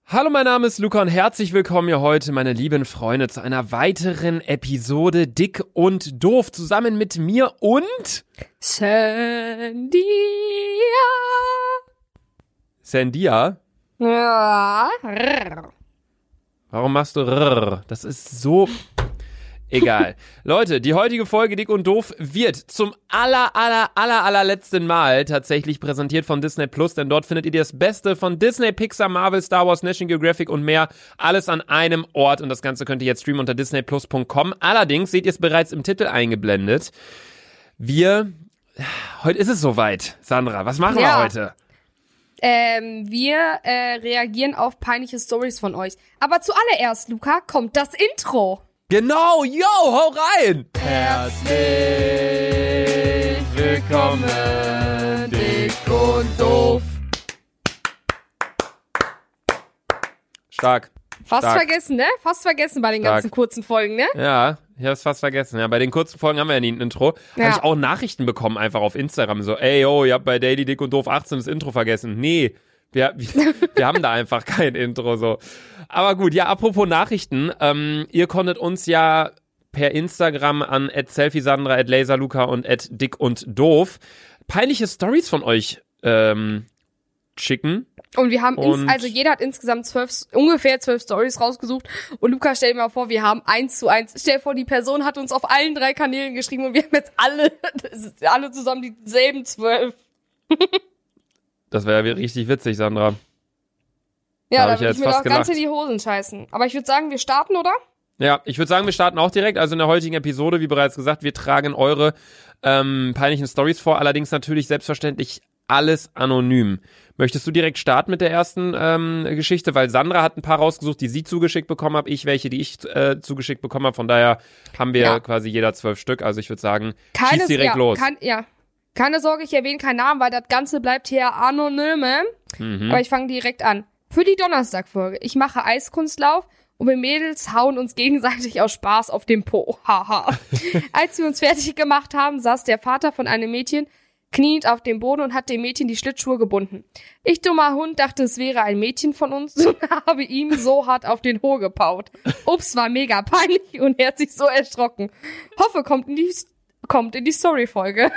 Hallo, mein Name ist Luca und herzlich willkommen hier heute, meine lieben Freunde, zu einer weiteren Episode Dick und Doof zusammen mit mir und Sandia. Sandia? Ja. Warum machst du rrr? Das ist so... Egal. Leute, die heutige Folge Dick und Doof wird zum allerletzten Mal tatsächlich präsentiert von Disney Plus, denn dort findet ihr das Beste von Disney, Pixar, Marvel, Star Wars, National Geographic und mehr. Alles an einem Ort und das Ganze könnt ihr jetzt streamen unter disneyplus.com. Allerdings seht ihr es bereits im Titel eingeblendet. Heute ist es soweit. Sandra, was machen wir heute? Wir reagieren auf peinliche Stories von euch. Aber zuallererst, Luca, kommt das Intro. Genau, yo, hau rein! Herzlich willkommen, Dick und Doof. Stark. Fast vergessen, ne? Fast vergessen bei den ganzen kurzen Folgen, ne? Ja, ich hab's fast vergessen. Ja, bei den kurzen Folgen haben wir ja nie ein Intro. Ja. Habe ich auch Nachrichten bekommen einfach auf Instagram. So, ey, yo, ihr habt bei Daily Dick und Doof 18 das Intro vergessen. Nee, wir haben da einfach kein Intro so. Aber gut, ja, apropos Nachrichten. Ihr konntet uns ja per Instagram an @selfiesandra, @laserluca und @dick und doof peinliche Stories von euch schicken. Und wir haben, also jeder hat insgesamt ungefähr 12 Stories rausgesucht. Und Luca, stell dir mal vor, wir haben 1:1. Stell dir vor, die Person hat uns auf allen 3 Kanälen geschrieben und wir haben jetzt alle zusammen dieselben 12. Das wäre ja richtig witzig, Sandra. Ja, da würde ich mir doch ganz in die Hosen scheißen. Aber ich würde sagen, wir starten, oder? Ja, ich würde sagen, wir starten auch direkt. Also in der heutigen Episode, wie bereits gesagt, wir tragen eure peinlichen Stories vor. Allerdings natürlich selbstverständlich alles anonym. Möchtest du direkt starten mit der ersten Geschichte? Weil Sandra hat ein paar rausgesucht, die sie zugeschickt bekommen habe. Ich welche, die ich zugeschickt bekommen habe. Von daher haben wir quasi jeder 12 Stück. Also ich würde sagen, schieß direkt los. Keine Sorge, ich erwähne keinen Namen, weil das Ganze bleibt hier anonym. Aber ich fange direkt an. Für die Donnerstagfolge. Ich mache Eiskunstlauf und wir Mädels hauen uns gegenseitig aus Spaß auf den Po. Haha. Als wir uns fertig gemacht haben, saß der Vater von einem Mädchen kniend auf dem Boden und hat dem Mädchen die Schlittschuhe gebunden. Ich, dummer Hund, dachte, es wäre ein Mädchen von uns und habe ihm so hart auf den Po gepaut. Ups, war mega peinlich und er hat sich so erschrocken. Hoffe, kommt in die Story-Folge.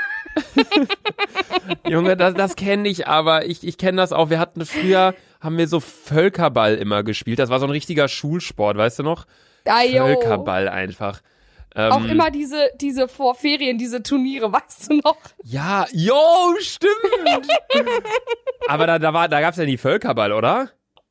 Junge, das kenne ich, aber ich kenne das auch. Wir hatten früher, haben wir so Völkerball immer gespielt. Das war so ein richtiger Schulsport, weißt du noch? Völkerball einfach. Auch immer diese vor Ferien, diese Turniere, weißt du noch? Ja, stimmt. Aber da gab's ja nie Völkerball, oder?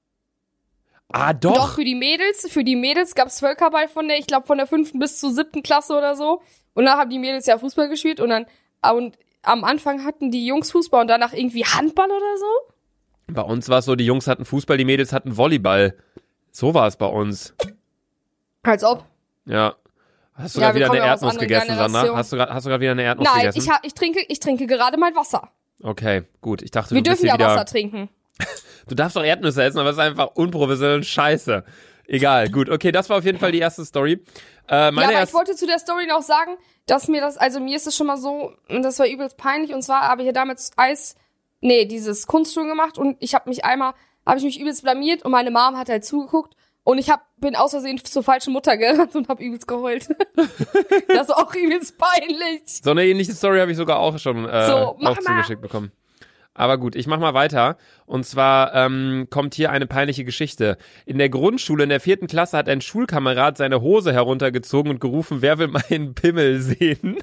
Ah, doch. Doch, für die Mädels gab's Völkerball von der 5. bis zur 7. Klasse oder so. Und dann haben die Mädels ja Fußball gespielt und am Anfang hatten die Jungs Fußball und danach irgendwie Handball oder so. Bei uns war es so, die Jungs hatten Fußball, die Mädels hatten Volleyball. So war es bei uns. Als ob. Ja. Hast du gerade wieder eine Erdnuss gegessen, Sandra? Hast du gerade wieder eine Erdnuss gegessen? Nein, ich trinke gerade mein Wasser. Okay, gut. Ich dachte, wir dürfen ja Wasser trinken. Du darfst doch Erdnüsse essen, aber es ist einfach unprofessionell und scheiße. Egal, gut. Okay, das war auf jeden Fall die erste Story. Aber ich wollte zu der Story noch sagen, dass mir ist es schon mal so, das war übelst peinlich, und zwar habe ich ja damals dieses Kunstturnen gemacht und habe ich mich übelst blamiert und meine Mom hat halt zugeguckt und ich bin aus Versehen zur falschen Mutter gerannt und habe übelst geheult. Das war auch übelst peinlich. So eine ähnliche Story habe ich sogar auch schon zugeschickt bekommen. Aber gut, ich mach mal weiter. Und zwar kommt hier eine peinliche Geschichte. In der Grundschule, in der 4. Klasse, hat ein Schulkamerad seine Hose heruntergezogen und gerufen, wer will meinen Pimmel sehen?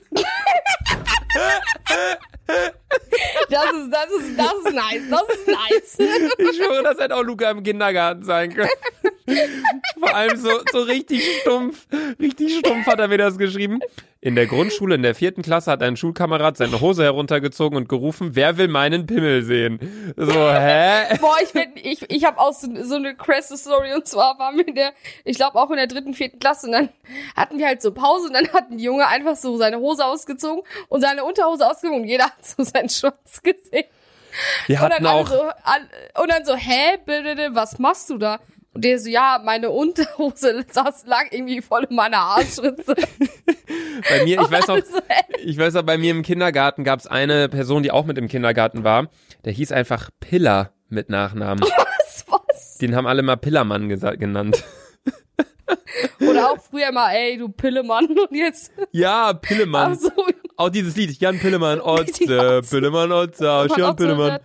Das ist nice. Ich schwöre, das hätte auch Luca im Kindergarten sein können. Vor allem so richtig stumpf hat er mir das geschrieben. In der Grundschule, in der 4. Klasse, hat ein Schulkamerad seine Hose heruntergezogen und gerufen, wer will meinen Pimmel sehen? So, hä? Boah, ich habe auch so eine krasse Story, und zwar waren wir ich glaube auch in der 3., 4. Klasse, und dann hatten wir halt so Pause und dann hat ein Junge einfach so seine Hose ausgezogen und seine Unterhose ausgezogen und jeder hat so seinen Schwanz gesehen. Wir hatten auch... Und dann so, hä, bitte, was machst du da? Und der so, ja, meine Unterhose lag irgendwie voll in meiner Arschritze. Bei mir, ich weiß noch, bei mir im Kindergarten gab es eine Person, die auch mit im Kindergarten war. Der hieß einfach Piller mit Nachnamen. Was? Den haben alle mal Pillermann genannt. Oder auch früher mal, ey, du Pillemann und jetzt. Ja, Pillemann. So. Auch dieses Lied, Jan Pillemann, Otze, Pillemann, Otze, Jan Pillemann.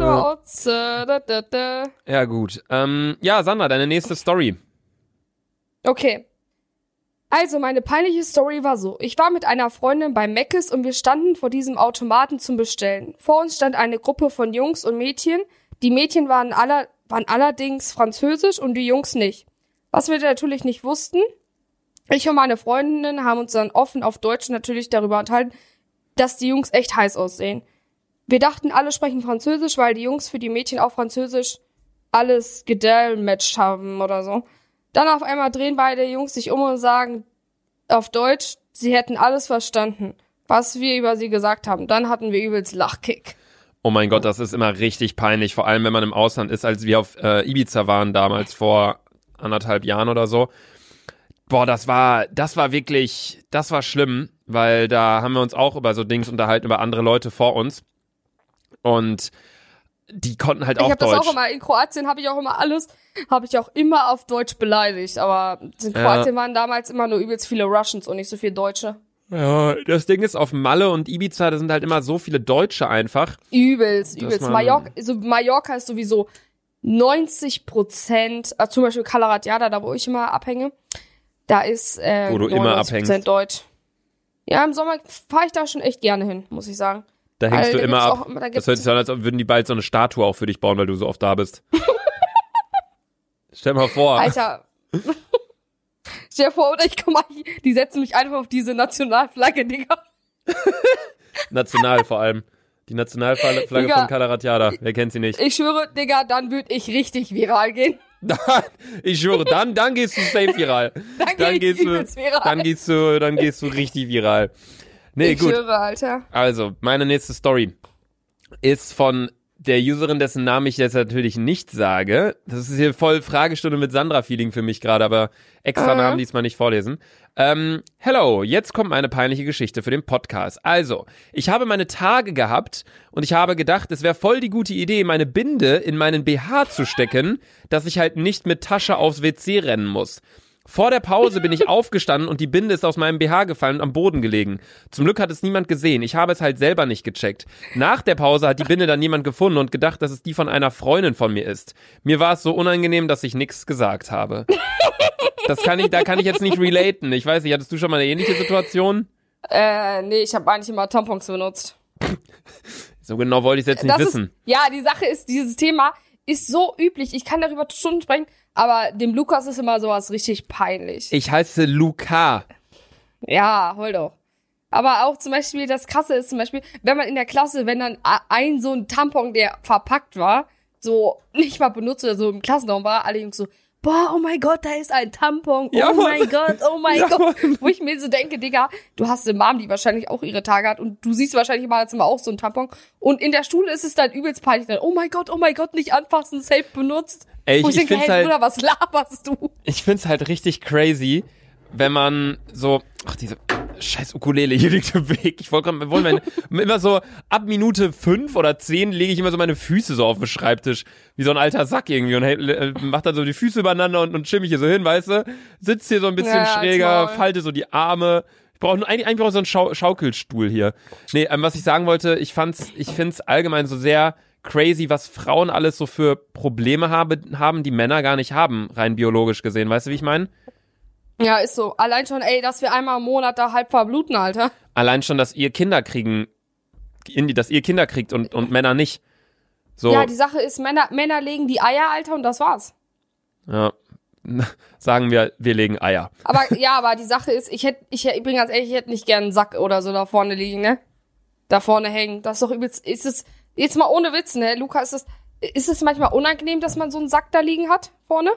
Ja, gut. Ja, Sandra, deine nächste Story. Okay. Also, meine peinliche Story war so. Ich war mit einer Freundin bei Mc's und wir standen vor diesem Automaten zum Bestellen. Vor uns stand eine Gruppe von Jungs und Mädchen. Die Mädchen waren allerdings französisch und die Jungs nicht. Was wir natürlich nicht wussten, ich und meine Freundinnen haben uns dann offen auf Deutsch natürlich darüber unterhalten, dass die Jungs echt heiß aussehen. Wir dachten, alle sprechen Französisch, weil die Jungs für die Mädchen auch Französisch alles gedelmatcht haben oder so. Dann auf einmal drehen beide Jungs sich um und sagen auf Deutsch, sie hätten alles verstanden, was wir über sie gesagt haben. Dann hatten wir übelst Lachkick. Oh mein Gott, das ist immer richtig peinlich, vor allem wenn man im Ausland ist, als wir auf Ibiza waren damals vor 1,5 Jahren oder so. Boah, das war schlimm, weil da haben wir uns auch über so Dings unterhalten, über andere Leute vor uns. Und die konnten halt auch Deutsch. Ich habe das auch immer, in Kroatien habe ich auch immer auf Deutsch beleidigt. Aber in Kroatien waren damals immer nur übelst viele Russians und nicht so viele Deutsche. Ja, das Ding ist, auf Malle und Ibiza, da sind halt immer so viele Deutsche einfach. Übelst. Mallorca ist sowieso 90%, also zum Beispiel Cala Ratjada, da wo ich immer abhänge, da ist wo du 99% immer abhängst. Deutsch. Ja, im Sommer fahre ich da schon echt gerne hin, muss ich sagen. Da hängst du immer ab. Das hört sich an, als würden die bald so eine Statue auch für dich bauen, weil du so oft da bist. Stell mal vor. Alter. Stell dir vor, oder ich komm mal, die setzen mich einfach auf diese Nationalflagge, Digga. National vor allem. Die Nationalflagge Digga, von Cala Ratjada. Wer kennt sie nicht? Ich schwöre, Digga, dann würde ich richtig viral gehen. Ich schwöre, dann gehst du safe viral. Dann gehst du richtig viral. Nee, gut. Ich schwöre, Alter. Also, meine nächste Story ist von der Userin, dessen Namen ich jetzt natürlich nicht sage. Das ist hier voll Fragestunde mit Sandra-Feeling für mich gerade, aber extra Namen diesmal nicht vorlesen. Hello, jetzt kommt meine peinliche Geschichte für den Podcast. Also, ich habe meine Tage gehabt und ich habe gedacht, es wäre voll die gute Idee, meine Binde in meinen BH zu stecken, dass ich halt nicht mit Tasche aufs WC rennen muss. Vor der Pause bin ich aufgestanden und die Binde ist aus meinem BH gefallen und am Boden gelegen. Zum Glück hat es niemand gesehen. Ich habe es halt selber nicht gecheckt. Nach der Pause hat die Binde dann jemand gefunden und gedacht, dass es die von einer Freundin von mir ist. Mir war es so unangenehm, dass ich nichts gesagt habe. Da kann ich jetzt nicht relaten. Ich weiß nicht, hattest du schon mal eine ähnliche Situation? Nee, ich habe eigentlich immer Tampons benutzt. So genau wollte ich es jetzt nicht wissen. Die Sache ist, dieses Thema ist so üblich. Ich kann darüber Stunden sprechen, aber dem Lukas ist immer sowas richtig peinlich. Ich heiße Luca. Ja, hol doch. Aber auch zum Beispiel, das Krasse ist zum Beispiel, wenn man in der Klasse, wenn dann so ein Tampon, der verpackt war, so nicht mal benutzt oder so im Klassenraum war, alle Jungs so, boah, oh mein Gott, da ist ein Tampon, oh mein Gott. Wo ich mir so denke, Digga, du hast eine Mom, die wahrscheinlich auch ihre Tage hat und du siehst wahrscheinlich mal jetzt immer auch so ein Tampon und in der Schule ist es dann übelst peinlich, dann, oh mein Gott, nicht anfassen, safe benutzt. Ey, ich denke, hey, Bruder, was laberst du? Ich find's halt richtig crazy, wenn man so, diese scheiß Ukulele, hier liegt im Weg. Ich wollte immer so, ab Minute 5 oder 10 lege ich immer so meine Füße so auf den Schreibtisch, wie so ein alter Sack irgendwie und mach dann so die Füße übereinander und chill mich hier so hin, weißt du? Sitz hier so ein bisschen schräger, falte so die Arme. Eigentlich brauche ich so einen Schaukelstuhl hier. Nee, was ich sagen wollte, ich find's allgemein so sehr crazy, was Frauen alles so für Probleme haben, die Männer gar nicht haben, rein biologisch gesehen. Weißt du, wie ich meine? Ja, ist so. Allein schon, dass wir einmal im Monat da halb verbluten, Alter. Allein schon, dass ihr Kinder kriegt und Männer nicht. So. Ja, die Sache ist, Männer legen die Eier, Alter, und das war's. Ja. Sagen wir legen Eier. Aber die Sache ist, ich bin ganz ehrlich, ich hätte nicht gern einen Sack oder so da vorne liegen, ne? Da vorne hängen. Das ist doch übelst, ist es, jetzt mal ohne Witz, ne? Luca, ist es manchmal unangenehm, dass man so einen Sack da liegen hat, vorne?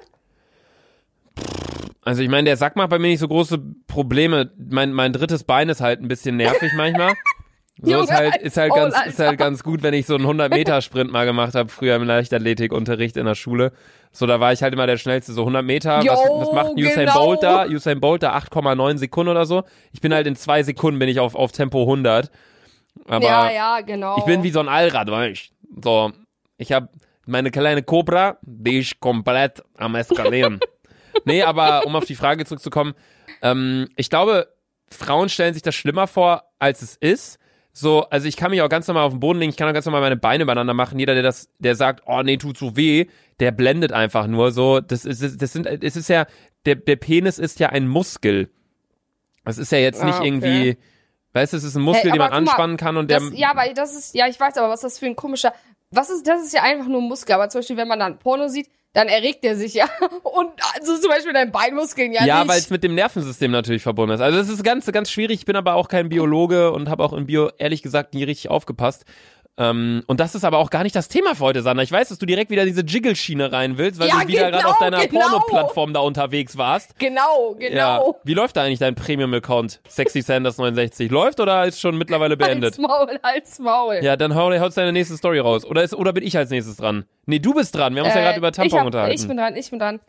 Also ich meine, der Sack macht bei mir nicht so große Probleme. Mein drittes Bein ist halt ein bisschen nervig manchmal. So Junge, ist halt ganz gut, wenn ich so einen 100-Meter-Sprint mal gemacht habe, früher im Leichtathletikunterricht in der Schule. So, da war ich halt immer der Schnellste, so 100 Meter. Was macht Usain Bolt da? Usain Bolt da 8,9 Sekunden oder so. Ich bin halt in 2 Sekunden bin ich auf Tempo 100. Aber ja, genau. Ich bin wie so ein Allrad, weißt du. So, meine kleine Cobra, die ist komplett am Eskalieren. Nee, aber um auf die Frage zurückzukommen, ich glaube, Frauen stellen sich das schlimmer vor, als es ist. So, also ich kann mich auch ganz normal auf den Boden legen, ich kann auch ganz normal meine Beine übereinander machen. Jeder, der sagt, oh nee, tut so weh, der blendet einfach nur so. Es ist ja, der Penis ist ja ein Muskel. Das ist ja jetzt nicht irgendwie, weißt du, es ist ein Muskel, den man anspannen kann und der. Aber das ist, ja, ich weiß aber, was das für ein komischer, das ist ja einfach nur ein Muskel, aber zum Beispiel, wenn man dann Porno sieht, dann erregt der sich ja. Und also zum Beispiel deine Beinmuskeln ja nicht. Ja, weil es mit dem Nervensystem natürlich verbunden ist. Also das ist ganz, ganz schwierig. Ich bin aber auch kein Biologe und habe auch in Bio, ehrlich gesagt, nie richtig aufgepasst. Und das ist aber auch gar nicht das Thema für heute, Sandra. Ich weiß, dass du direkt wieder diese Jiggle-Schiene rein willst, weil du wieder gerade auf deiner Porno-Plattform da unterwegs warst. Genau. Ja. Wie läuft da eigentlich dein Premium-Account? Sexy Sanders 69. Läuft oder ist schon mittlerweile beendet? Halt's Maul. Ja, dann haust deine nächste Story raus. Oder bin ich als nächstes dran? Nee, du bist dran. Wir haben uns ja gerade über Tampon unterhalten. Ich bin dran.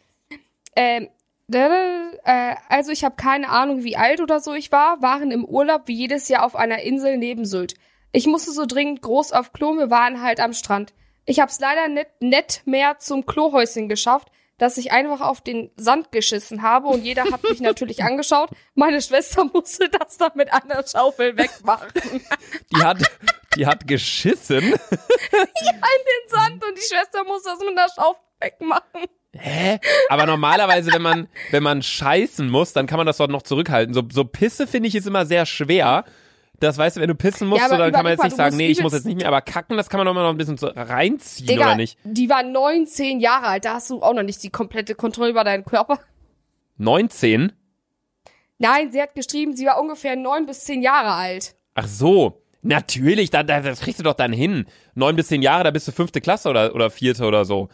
Also ich habe keine Ahnung, wie alt oder so ich waren im Urlaub wie jedes Jahr auf einer Insel neben Sylt. Ich musste so dringend groß auf Klo, wir waren halt am Strand. Ich hab's leider nicht mehr zum Klohäuschen geschafft, dass ich einfach auf den Sand geschissen habe und jeder hat mich natürlich angeschaut. Meine Schwester musste das dann mit einer Schaufel wegmachen. Die hat geschissen? Ja, in den Sand und die Schwester musste das mit einer Schaufel wegmachen. Hä? Aber normalerweise, wenn man scheißen muss, dann kann man das dort noch zurückhalten. So Pisse finde ich ist immer sehr schwer. Das weißt du, wenn du pissen musst, so, dann kann man jetzt nicht sagen, nee, ich muss jetzt nicht mehr, aber kacken, das kann man doch mal noch ein bisschen so reinziehen, Digga, oder nicht? Die war 19 Jahre alt, da hast du auch noch nicht die komplette Kontrolle über deinen Körper. 19? Nein, sie hat geschrieben, sie war ungefähr 9 bis 10 Jahre alt. Ach so, natürlich, das kriegst du doch dann hin. 9 bis 10 Jahre, da bist du 5. Klasse oder 4. oder so.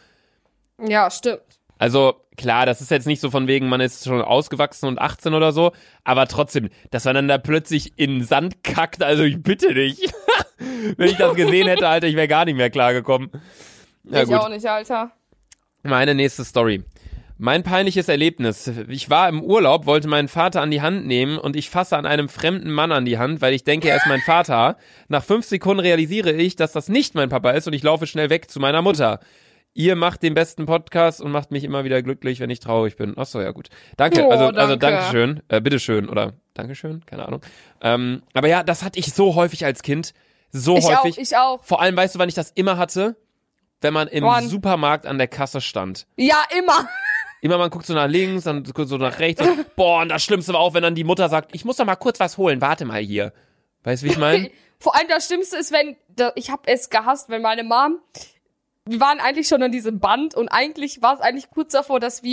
Ja, stimmt. Also, klar, das ist jetzt nicht so von wegen, man ist schon ausgewachsen und 18 oder so, aber trotzdem, dass man dann da plötzlich in den Sand kackt, also ich bitte dich. Wenn ich das gesehen hätte, Alter, ich wäre gar nicht mehr klargekommen. Ja, ich gut. Auch nicht, Alter. Meine nächste Story. Mein peinliches Erlebnis. Ich war im Urlaub, wollte meinen Vater an die Hand nehmen und ich fasse an einem fremden Mann an die Hand, weil ich denke, er ist mein Vater. Nach 5 Sekunden realisiere ich, dass das nicht mein Papa ist und ich laufe schnell weg zu meiner Mutter. Ihr macht den besten Podcast und macht mich immer wieder glücklich, wenn ich traurig bin. Ach so, ja gut. Danke, also Dankeschön, bitteschön oder Dankeschön, keine Ahnung. Aber ja, das hatte ich so häufig als Kind, häufig. Ich auch. Vor allem, weißt du, wann ich das immer hatte? Wenn man im Supermarkt an der Kasse stand. Ja, immer. Immer, man guckt so nach links, dann so nach rechts. Und, boah, und das Schlimmste war auch, wenn dann die Mutter sagt, ich muss doch mal kurz was holen, warte mal hier. Weißt du, wie ich meine? Vor allem das Schlimmste ist, ich habe es gehasst, wenn meine Mom, wir waren eigentlich schon an diesem Band und eigentlich war es eigentlich kurz davor, dass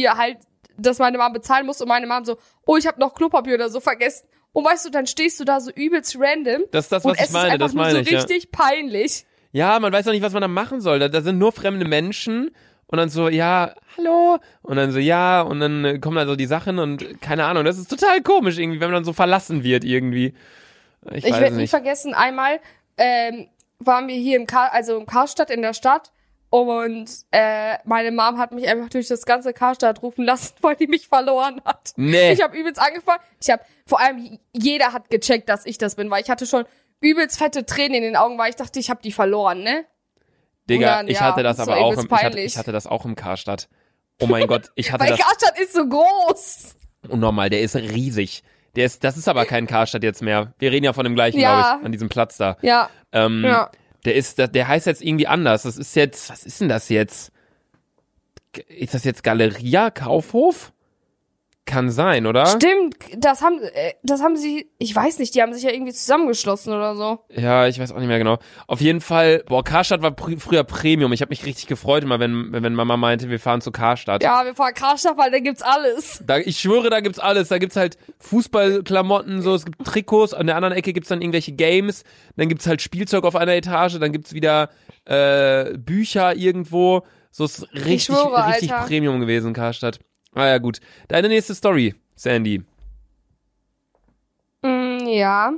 meine Mom bezahlen musste und meine Mom so, oh, ich habe noch Klopapier oder so vergessen. Und weißt du, dann stehst du da so übelst random. Das ist das, was ich meine, das meine ich. Es ist einfach nur so richtig peinlich. Ja, man weiß doch nicht, was man da machen soll. Da sind nur fremde Menschen und dann so, ja, hallo. Und dann so, ja, und dann kommen da so die Sachen und keine Ahnung. Das ist total komisch irgendwie, wenn man dann so verlassen wird irgendwie. Ich werde nie vergessen, einmal waren wir hier im Karstadt in der Stadt. Und meine Mom hat mich einfach durch das ganze Karstadt rufen lassen, weil die mich verloren hat. Nee. Ich habe übelst angefangen. Vor allem, jeder hat gecheckt, dass ich das bin, weil ich hatte schon übelst fette Tränen in den Augen, weil ich dachte, ich habe die verloren, ne? Digga, ich hatte das aber auch ich hatte das auch im Karstadt. Oh mein Gott, weil Karstadt ist so groß. Unnormal, der ist riesig. Das ist aber kein Karstadt jetzt mehr. Wir reden ja von dem gleichen, glaube ich, an diesem Platz da. Ja. Ja. Der heißt jetzt irgendwie anders. Das ist jetzt, was ist denn das jetzt? Ist das jetzt Galeria Kaufhof? Kann sein, oder? Stimmt, das haben sie, ich weiß nicht, die haben sich ja irgendwie zusammengeschlossen oder so. Ja, ich weiß auch nicht mehr genau. Auf jeden Fall, Karstadt war früher Premium. Ich habe mich richtig gefreut immer, wenn Mama meinte, wir fahren zu Karstadt. Ja, wir fahren Karstadt, weil da gibt's alles. Ich schwöre, da gibt's alles. Da gibt's halt Fußballklamotten, so, es gibt Trikots, an der anderen Ecke gibt's dann irgendwelche Games, dann gibt's halt Spielzeug auf einer Etage, dann gibt's wieder Bücher irgendwo. So ist richtig Premium gewesen, Karstadt. Ah ja, gut. Deine nächste Story, Sandy. Ja.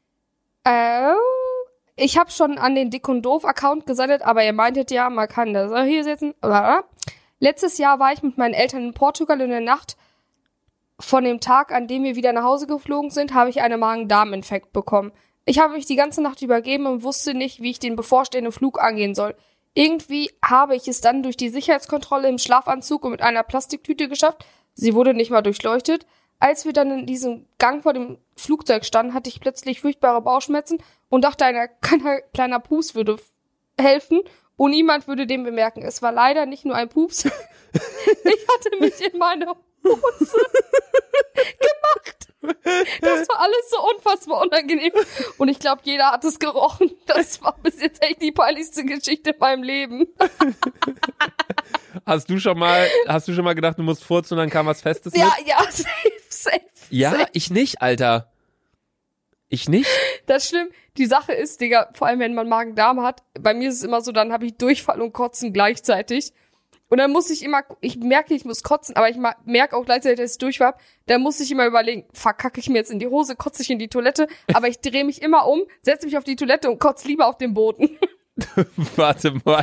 Ich habe schon an den Dick und Doof-Account gesendet, aber ihr meintet ja, man kann das hier setzen. Letztes Jahr war ich mit meinen Eltern in Portugal in der Nacht. Von dem Tag, an dem wir wieder nach Hause geflogen sind, habe ich einen Magen-Darm-Infekt bekommen. Ich habe mich die ganze Nacht übergeben und wusste nicht, wie ich den bevorstehenden Flug angehen soll. irgendwie habe ich es dann durch die Sicherheitskontrolle im Schlafanzug und mit einer Plastiktüte geschafft. Sie wurde nicht mal durchleuchtet. Als wir dann in diesem Gang vor dem Flugzeug standen, hatte ich plötzlich furchtbare Bauchschmerzen und dachte, ein kleiner Pups würde helfen und niemand würde den bemerken. Es war leider nicht nur ein Pups. Ich hatte mich in meine Hose gemacht. Das war alles so unfassbar unangenehm. Und ich glaube, jeder hat es gerochen. Das war bis jetzt echt die peinlichste Geschichte in meinem Leben. Hast du schon mal gedacht, du musst furzen und dann kam was Festes mit? Ja, safe. Ja, safe. ich nicht, Alter. Ich nicht? Das ist schlimm. Die Sache ist, Digga, vor allem wenn man Magen-Darm hat, bei mir ist es immer so, dann habe ich Durchfall und Kotzen gleichzeitig. Und dann muss ich merke, ich muss kotzen, aber ich merke auch gleichzeitig, dass ich Durchfall habe. Dann muss ich immer überlegen, verkacke ich mir jetzt in die Hose, kotze ich in die Toilette, aber ich drehe mich immer um, setze mich auf die Toilette und kotze lieber auf den Boden. Warte mal,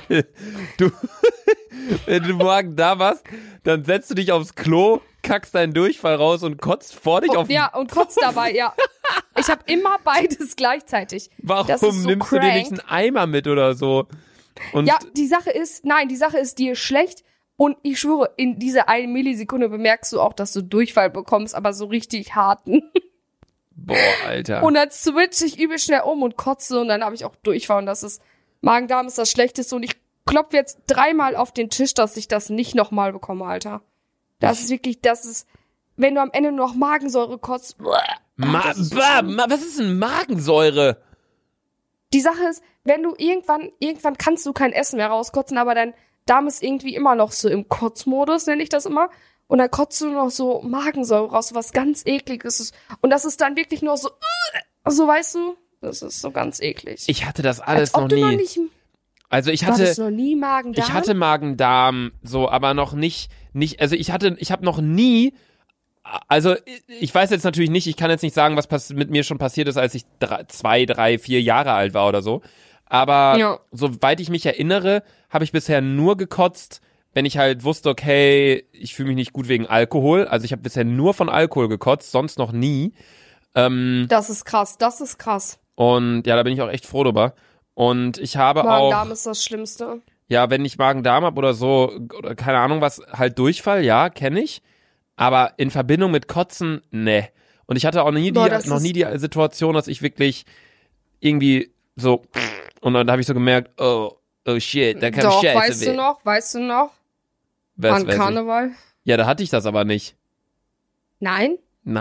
wenn du morgen da warst, dann setzt du dich aufs Klo, kackst deinen Durchfall raus und kotzt vor dich auf den... Ja, und kotzt dabei, ja. Ich habe immer beides gleichzeitig. Warum so nimmst du dir nicht einen Eimer mit oder so? Und ja, die Sache ist, dir ist schlecht und ich schwöre, in dieser 1 Millisekunde bemerkst du auch, dass du Durchfall bekommst, aber so richtig harten. Boah, Alter. Und dann switch ich übel schnell um und kotze und dann habe ich auch Durchfall und das ist, Magen-Darm ist das Schlechteste und ich klopfe jetzt 3-mal auf den Tisch, dass ich das nicht nochmal bekomme, Alter. Das ist wirklich, wenn du am Ende nur noch Magensäure kotzt. Was ist denn Magensäure? Die Sache ist, wenn du irgendwann kannst du kein Essen mehr rauskotzen, aber dein Darm ist irgendwie immer noch so im Kotzmodus, nenne ich das immer. Und dann kotzt du noch so Magensäure raus, was ganz ekliges ist. Und das ist dann wirklich nur so, weißt du, das ist so ganz eklig. Ich hatte das alles noch nie. Also ich Du hatte hattest noch nie Magen-Darm? Ich hatte Magen-Darm, so, aber noch nicht, also ich habe noch nie, also ich weiß jetzt natürlich nicht, ich kann jetzt nicht sagen, was mit mir schon passiert ist, als ich 2, 3, 4 Jahre alt war oder so, aber ja. Soweit ich mich erinnere, habe ich bisher nur gekotzt, wenn ich halt wusste, okay, ich fühle mich nicht gut wegen Alkohol, also ich habe bisher nur von Alkohol gekotzt, sonst noch nie. Das ist krass. Und ja, da bin ich auch echt froh drüber. Und ich habe Magen-Darm ist das Schlimmste. Ja, wenn ich Magen-Darm habe oder so, oder keine Ahnung was, halt Durchfall, ja, kenne ich. Aber in Verbindung mit Kotzen, ne. Und ich hatte auch noch nie die Situation, dass ich wirklich irgendwie so, und dann habe ich so gemerkt, oh shit, da kann Scheiße weißt du noch? An Karneval? Ja, da hatte ich das aber nicht. Nein,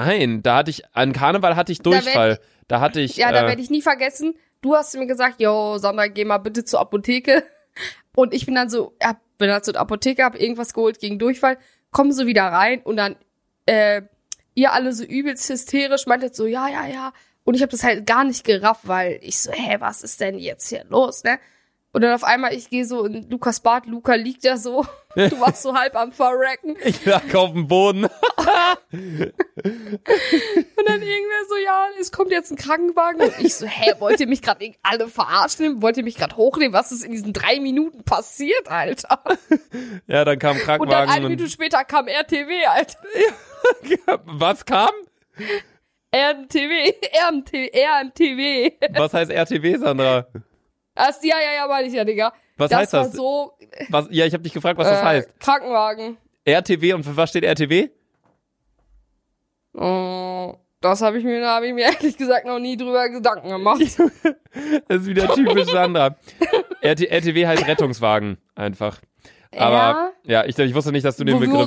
an Karneval hatte ich Durchfall. Da werde ich nie vergessen. Du hast mir gesagt, yo, Sandra, geh mal bitte zur Apotheke. Und ich bin dann zur Apotheke, hab irgendwas geholt gegen Durchfall, komm so wieder rein und dann, ihr alle so übelst hysterisch, meintet so, ja. Und ich habe das halt gar nicht gerafft, weil ich so, was ist denn jetzt hier los, ne? Und dann auf einmal, ich gehe so in Lukas Bad, Luca liegt da so, du warst so halb am Verrecken. Ich lag auf dem Boden. Und dann irgendwer so, ja, es kommt jetzt ein Krankenwagen. Und ich so, wollt ihr mich gerade alle verarschen? Wollt ihr mich gerade hochnehmen? Was ist in diesen 3 Minuten passiert, Alter? Ja, dann kam ein Krankenwagen. Und dann 1 Minute später kam RTW, Alter. Ja, was kam? RMTW. Was heißt RTW, Sandra? Ja, meine ich ja, Digga. Was heißt das? So, ja, ich habe dich gefragt, was das heißt. Krankenwagen. RTW, und für was steht RTW? Oh, das habe ich mir ehrlich gesagt noch nie drüber Gedanken gemacht. Das ist wieder typisch Sandra. RTW heißt Rettungswagen, einfach. Aber, ja, ich wusste nicht, dass du den Begriff...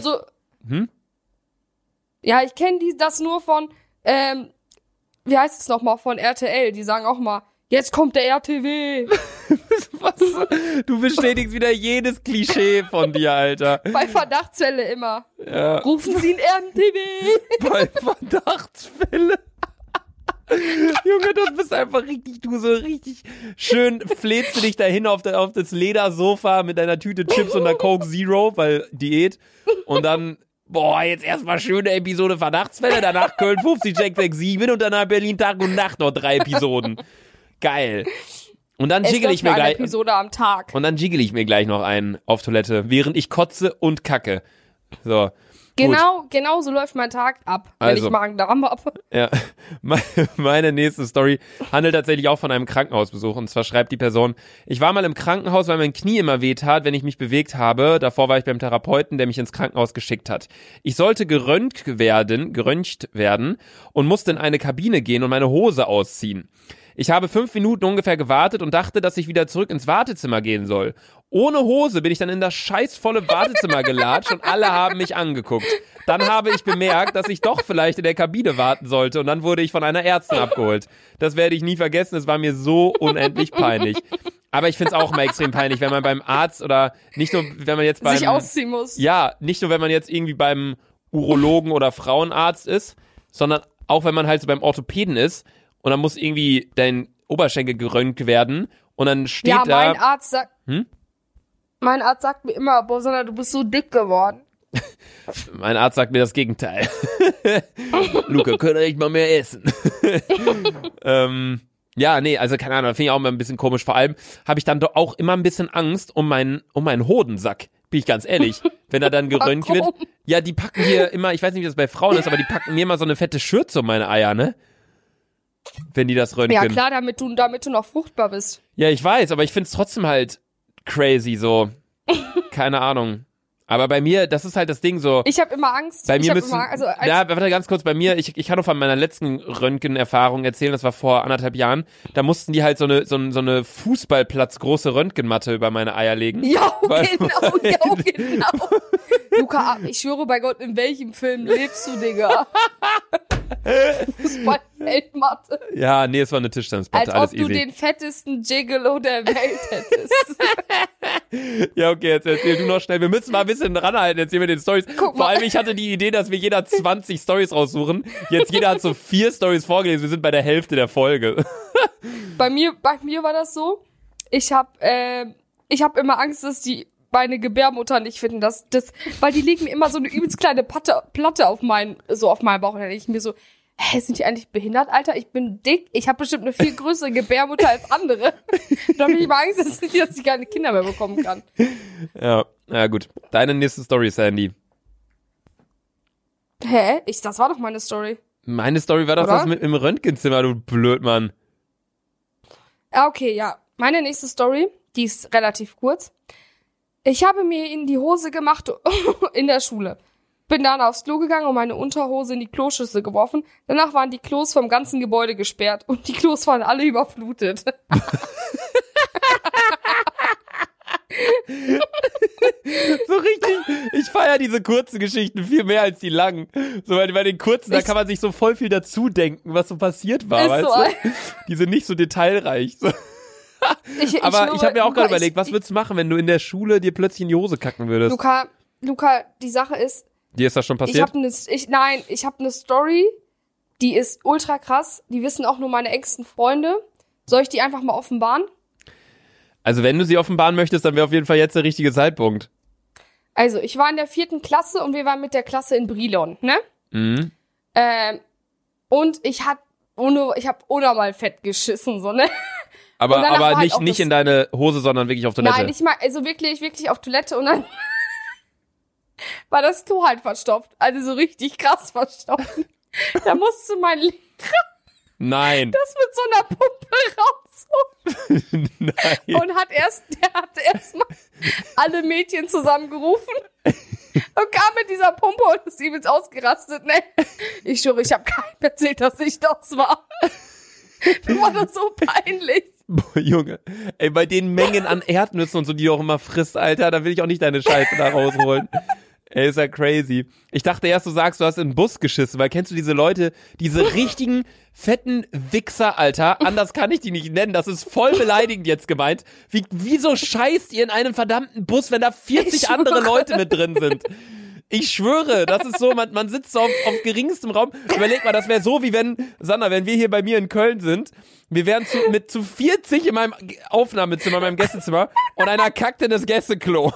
Ja, ich kenne das nur von, wie heißt es nochmal, von RTL. Die sagen auch mal, jetzt kommt der RTW. Was? Du bestätigst wieder jedes Klischee von dir, Alter. Bei Verdachtsfälle immer. Ja. Rufen Sie einen RTW. Bei Verdachtsfälle. Junge, das bist einfach richtig, du so richtig schön flätst du dich dahin auf das Ledersofa mit deiner Tüte Chips und der Coke Zero, weil Diät. Und dann, jetzt erstmal schöne Episode Verdachtsfälle, danach Köln 50 Jack 67 und danach Berlin Tag und Nacht noch 3 Episoden. Geil. Und dann jiggle ich mir gleich. Episode am Tag. Und dann jiggle ich mir gleich noch einen auf Toilette, während ich kotze und kacke. So. Genau so läuft mein Tag ab, wenn ich Magen-Darm habe. Ja. Meine nächste Story handelt tatsächlich auch von einem Krankenhausbesuch. Und zwar schreibt die Person: Ich war mal im Krankenhaus, weil mein Knie immer wehtat, wenn ich mich bewegt habe. Davor war ich beim Therapeuten, der mich ins Krankenhaus geschickt hat. Ich sollte geröntgt werden und musste in eine Kabine gehen und meine Hose ausziehen. Ich habe 5 Minuten ungefähr gewartet und dachte, dass ich wieder zurück ins Wartezimmer gehen soll. Ohne Hose bin ich dann in das scheißvolle Wartezimmer gelatscht und alle haben mich angeguckt. Dann habe ich bemerkt, dass ich doch vielleicht in der Kabine warten sollte und dann wurde ich von einer Ärztin abgeholt. Das werde ich nie vergessen, es war mir so unendlich peinlich. Aber ich finde es auch immer extrem peinlich, wenn man beim Arzt oder nicht nur, wenn man jetzt beim... sich ausziehen muss. Ja, nicht nur, wenn man jetzt irgendwie beim Urologen oder Frauenarzt ist, sondern auch, wenn man halt so beim Orthopäden ist und dann muss irgendwie dein Oberschenkel geröntgt werden und dann steht ja, da... Mein Arzt sagt mir immer, boah, Sandra, du bist so dick geworden. Mein Arzt sagt mir das Gegenteil. Luca, könnt ihr nicht mal mehr essen? Ja, nee, also keine Ahnung, finde ich auch immer ein bisschen komisch. Vor allem habe ich dann doch auch immer ein bisschen Angst um meinen Hodensack. Bin ich ganz ehrlich. Wenn er dann geröntgt wird. Ja, die packen hier immer, ich weiß nicht, wie das bei Frauen ist, aber die packen mir immer so eine fette Schürze um meine Eier, ne? Wenn die das röntgen. Ja klar, damit du noch fruchtbar bist. Ja, ich weiß, aber ich find's trotzdem halt crazy, so. Keine Ahnung. Aber bei mir, das ist halt das Ding so. Ich habe immer Angst. Bei mir ja, warte ganz kurz, bei mir, ich kann noch von meiner letzten Röntgenerfahrung erzählen, das war vor 1,5 Jahren. Da mussten die halt so eine Fußballplatz große Röntgenmatte über meine Eier legen. Ja, genau. Luca, ich schwöre bei Gott, in welchem Film lebst du, Digga? Fußballfeldmatte. Ja, nee, es war eine Tischtennisplatte, alles easy. Als ob du den fettesten Gigolo der Welt hättest. Ja, okay, jetzt erzähl du noch schnell. Wir müssen mal ein bisschen ranhalten jetzt hier mit den Storys. Vor allem, ich hatte die Idee, dass wir jeder 20 Storys raussuchen. Jetzt jeder hat so 4 Storys vorgelesen. Wir sind bei der Hälfte der Folge. Bei mir war das so. Ich hab immer Angst, dass die meine Gebärmutter nicht finden, weil die legen mir immer so eine übelst kleine Platte auf meinen Bauch und dann denke ich mir so, sind die eigentlich behindert, Alter? Ich bin dick, ich habe bestimmt eine viel größere Gebärmutter als andere. Da habe ich immer Angst, dass ich keine Kinder mehr bekommen kann. Ja, gut. Deine nächste Story, Sandy. Hä? Das war doch meine Story. Meine Story war doch das mit im Röntgenzimmer, du Blödmann. Okay, ja. Meine nächste Story, die ist relativ kurz. Ich habe mir in die Hose gemacht in der Schule. Bin dann aufs Klo gegangen und meine Unterhose in die Kloschüssel geworfen. Danach waren die Klos vom ganzen Gebäude gesperrt und die Klos waren alle überflutet. So richtig, ich feiere diese kurzen Geschichten viel mehr als die langen. So, weil bei den kurzen, da kann man sich so voll viel dazu denken, was so passiert war, weißt du? Die sind nicht so detailreich. So. Aber ich habe mir auch gerade überlegt, was würdest du machen, wenn du in der Schule dir plötzlich in die Hose kacken würdest? Luca, die Sache ist... Dir ist das schon passiert? Ich habe eine Story, die ist ultra krass. Die wissen auch nur meine engsten Freunde. Soll ich die einfach mal offenbaren? Also wenn du sie offenbaren möchtest, dann wäre auf jeden Fall jetzt der richtige Zeitpunkt. Also, ich war in der 4. Klasse und wir waren mit der Klasse in Brilon, ne? Mhm. Und ich habe unnormal fett geschissen, so, ne? Aber nicht in deine Hose, sondern wirklich auf Toilette. Nein, nicht mal, also wirklich auf Toilette und dann war das Klo halt verstopft. Also so richtig krass verstopft. Da musste mein Lehrer das mit so einer Pumpe rausholen. Nein. Und der hat erstmal alle Mädchen zusammengerufen und kam mit dieser Pumpe und ist übelst ausgerastet, ne? Ich schwöre, ich habe keinem erzählt, dass ich das war. Mir war das so peinlich. Boah, Junge, ey, bei den Mengen an Erdnüssen und so, die du auch immer frisst, Alter, da will ich auch nicht deine Scheiße da rausholen. Ey, ist ja crazy. Ich dachte erst, du sagst, du hast in den Bus geschissen, weil kennst du diese Leute, diese richtigen fetten Wichser, Alter, anders kann ich die nicht nennen, das ist voll beleidigend jetzt gemeint. Wieso scheißt ihr in einem verdammten Bus, wenn da 40 andere Leute mit drin sind? Ich schwöre, das ist so, man sitzt so auf geringstem Raum. Überleg mal, das wäre so, wie wenn wir hier bei mir in Köln sind, wir wären zu 40 in meinem Aufnahmezimmer, in meinem Gästezimmer und einer kackt in das Gästeklo.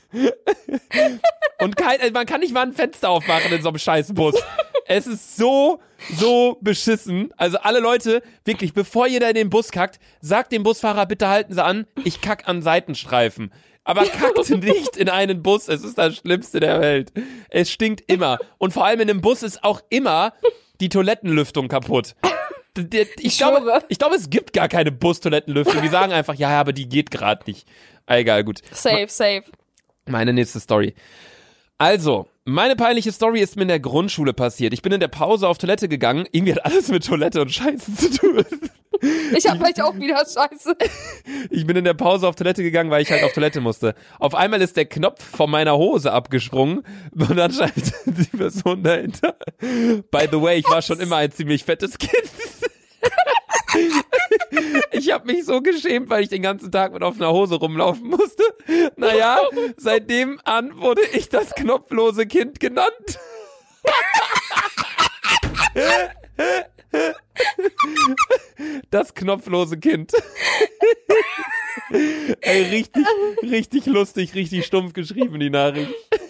Und man kann nicht mal ein Fenster aufmachen in so einem scheiß Bus. Es ist so beschissen. Also alle Leute, wirklich, bevor ihr da in den Bus kackt, sagt dem Busfahrer, bitte halten Sie an, ich kack an Seitenstreifen. Aber kackt nicht in einen Bus, es ist das Schlimmste der Welt. Es stinkt immer. Und vor allem in einem Bus ist auch immer die Toilettenlüftung kaputt. Ich glaube, es gibt gar keine Bustoilettenlüftung. Die sagen einfach, ja, aber die geht gerade nicht. Egal, gut. Safe. Meine nächste Story. Also, meine peinliche Story ist mir in der Grundschule passiert. Ich bin in der Pause auf Toilette gegangen. Irgendwie hat alles mit Toilette und Scheiße zu tun. Ich hab vielleicht auch wieder Scheiße. Ich bin in der Pause auf Toilette gegangen, weil ich halt auf Toilette musste. Auf einmal ist der Knopf von meiner Hose abgesprungen und dann schreibt die Person dahinter. By the way, ich war schon immer ein ziemlich fettes Kind. Ich habe mich so geschämt, weil ich den ganzen Tag mit offener Hose rumlaufen musste. Naja, seitdem an wurde ich das knopflose Kind genannt. Das knopflose Kind. Ey, richtig lustig, richtig stumpf geschrieben, die Nachricht.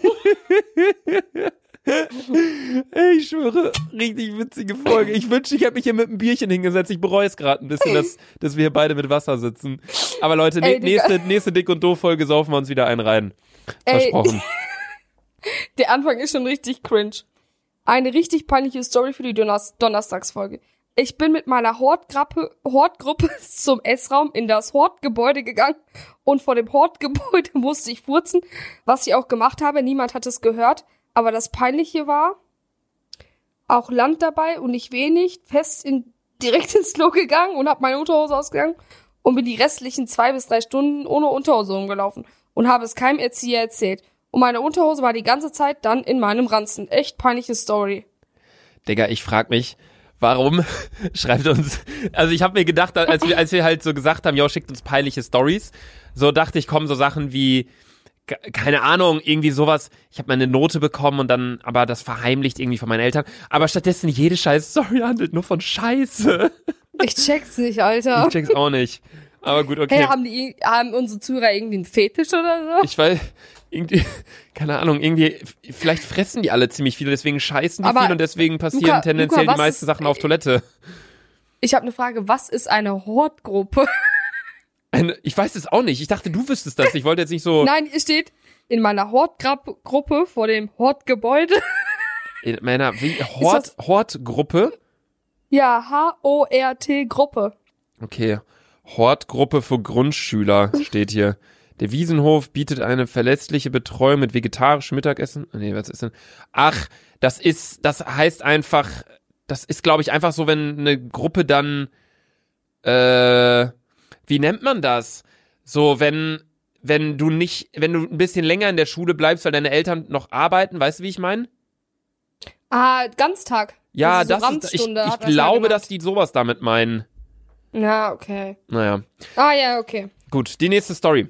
Ey, ich schwöre, richtig witzige Folge. Ich wünschte, ich hätte mich hier mit einem Bierchen hingesetzt. Ich bereue es gerade ein bisschen, dass wir hier beide mit Wasser sitzen. Aber Leute, nächste Dick- und Doof-Folge saufen wir uns wieder einen rein. Versprochen. Der Anfang ist schon richtig cringe. Eine richtig peinliche Story für die Donnerstagsfolge. Ich bin mit meiner Hortgruppe zum Essraum in das Hortgebäude gegangen und vor dem Hortgebäude musste ich furzen, was ich auch gemacht habe. Niemand hat es gehört. Aber das Peinliche war, auch Land dabei und nicht wenig, direkt ins Klo gegangen und habe meine Unterhose ausgegangen und bin die restlichen 2 bis 3 Stunden ohne Unterhose rumgelaufen und habe es keinem Erzieher erzählt. Und meine Unterhose war die ganze Zeit dann in meinem Ranzen. Echt peinliche Story. Digga, ich frag mich, warum schreibt uns, also ich habe mir gedacht, als wir halt so gesagt haben, jo, schickt uns peinliche Stories, so dachte ich, kommen so Sachen wie, keine Ahnung, irgendwie sowas, ich habe mal eine Note bekommen und dann, aber das verheimlicht irgendwie von meinen Eltern, aber stattdessen jede scheiß Story handelt nur von Scheiße. Ich check's nicht, Alter. Ich check's auch nicht, aber gut, okay. Hey, haben unsere Zuhörer irgendwie einen Fetisch oder so? Ich weiß, irgendwie, keine Ahnung, irgendwie, vielleicht fressen die alle ziemlich viel, deswegen scheißen die viel und deswegen passieren tendenziell die meisten Sachen auf Toilette. Ich habe eine Frage, was ist eine Hortgruppe? Ich weiß es auch nicht. Ich dachte, du wüsstest das. Ich wollte jetzt nicht so... Nein, hier steht, in meiner Hortgruppe vor dem Hortgebäude. In meiner Hortgruppe? Ja, H-O-R-T-Gruppe. Okay. Hortgruppe für Grundschüler steht hier. Der Wiesenhof bietet eine verlässliche Betreuung mit vegetarischem Mittagessen. Nee, was ist denn? Ach, das heißt einfach, das ist, glaube ich, einfach so, wenn eine Gruppe dann, wie nennt man das? So, wenn du ein bisschen länger in der Schule bleibst, weil deine Eltern noch arbeiten, weißt du, wie ich meine? Ah, Ganztag. Ja, also ich glaube, dass die sowas damit meinen. Na, okay. Naja. Ah, ja, okay. Gut, die nächste Story.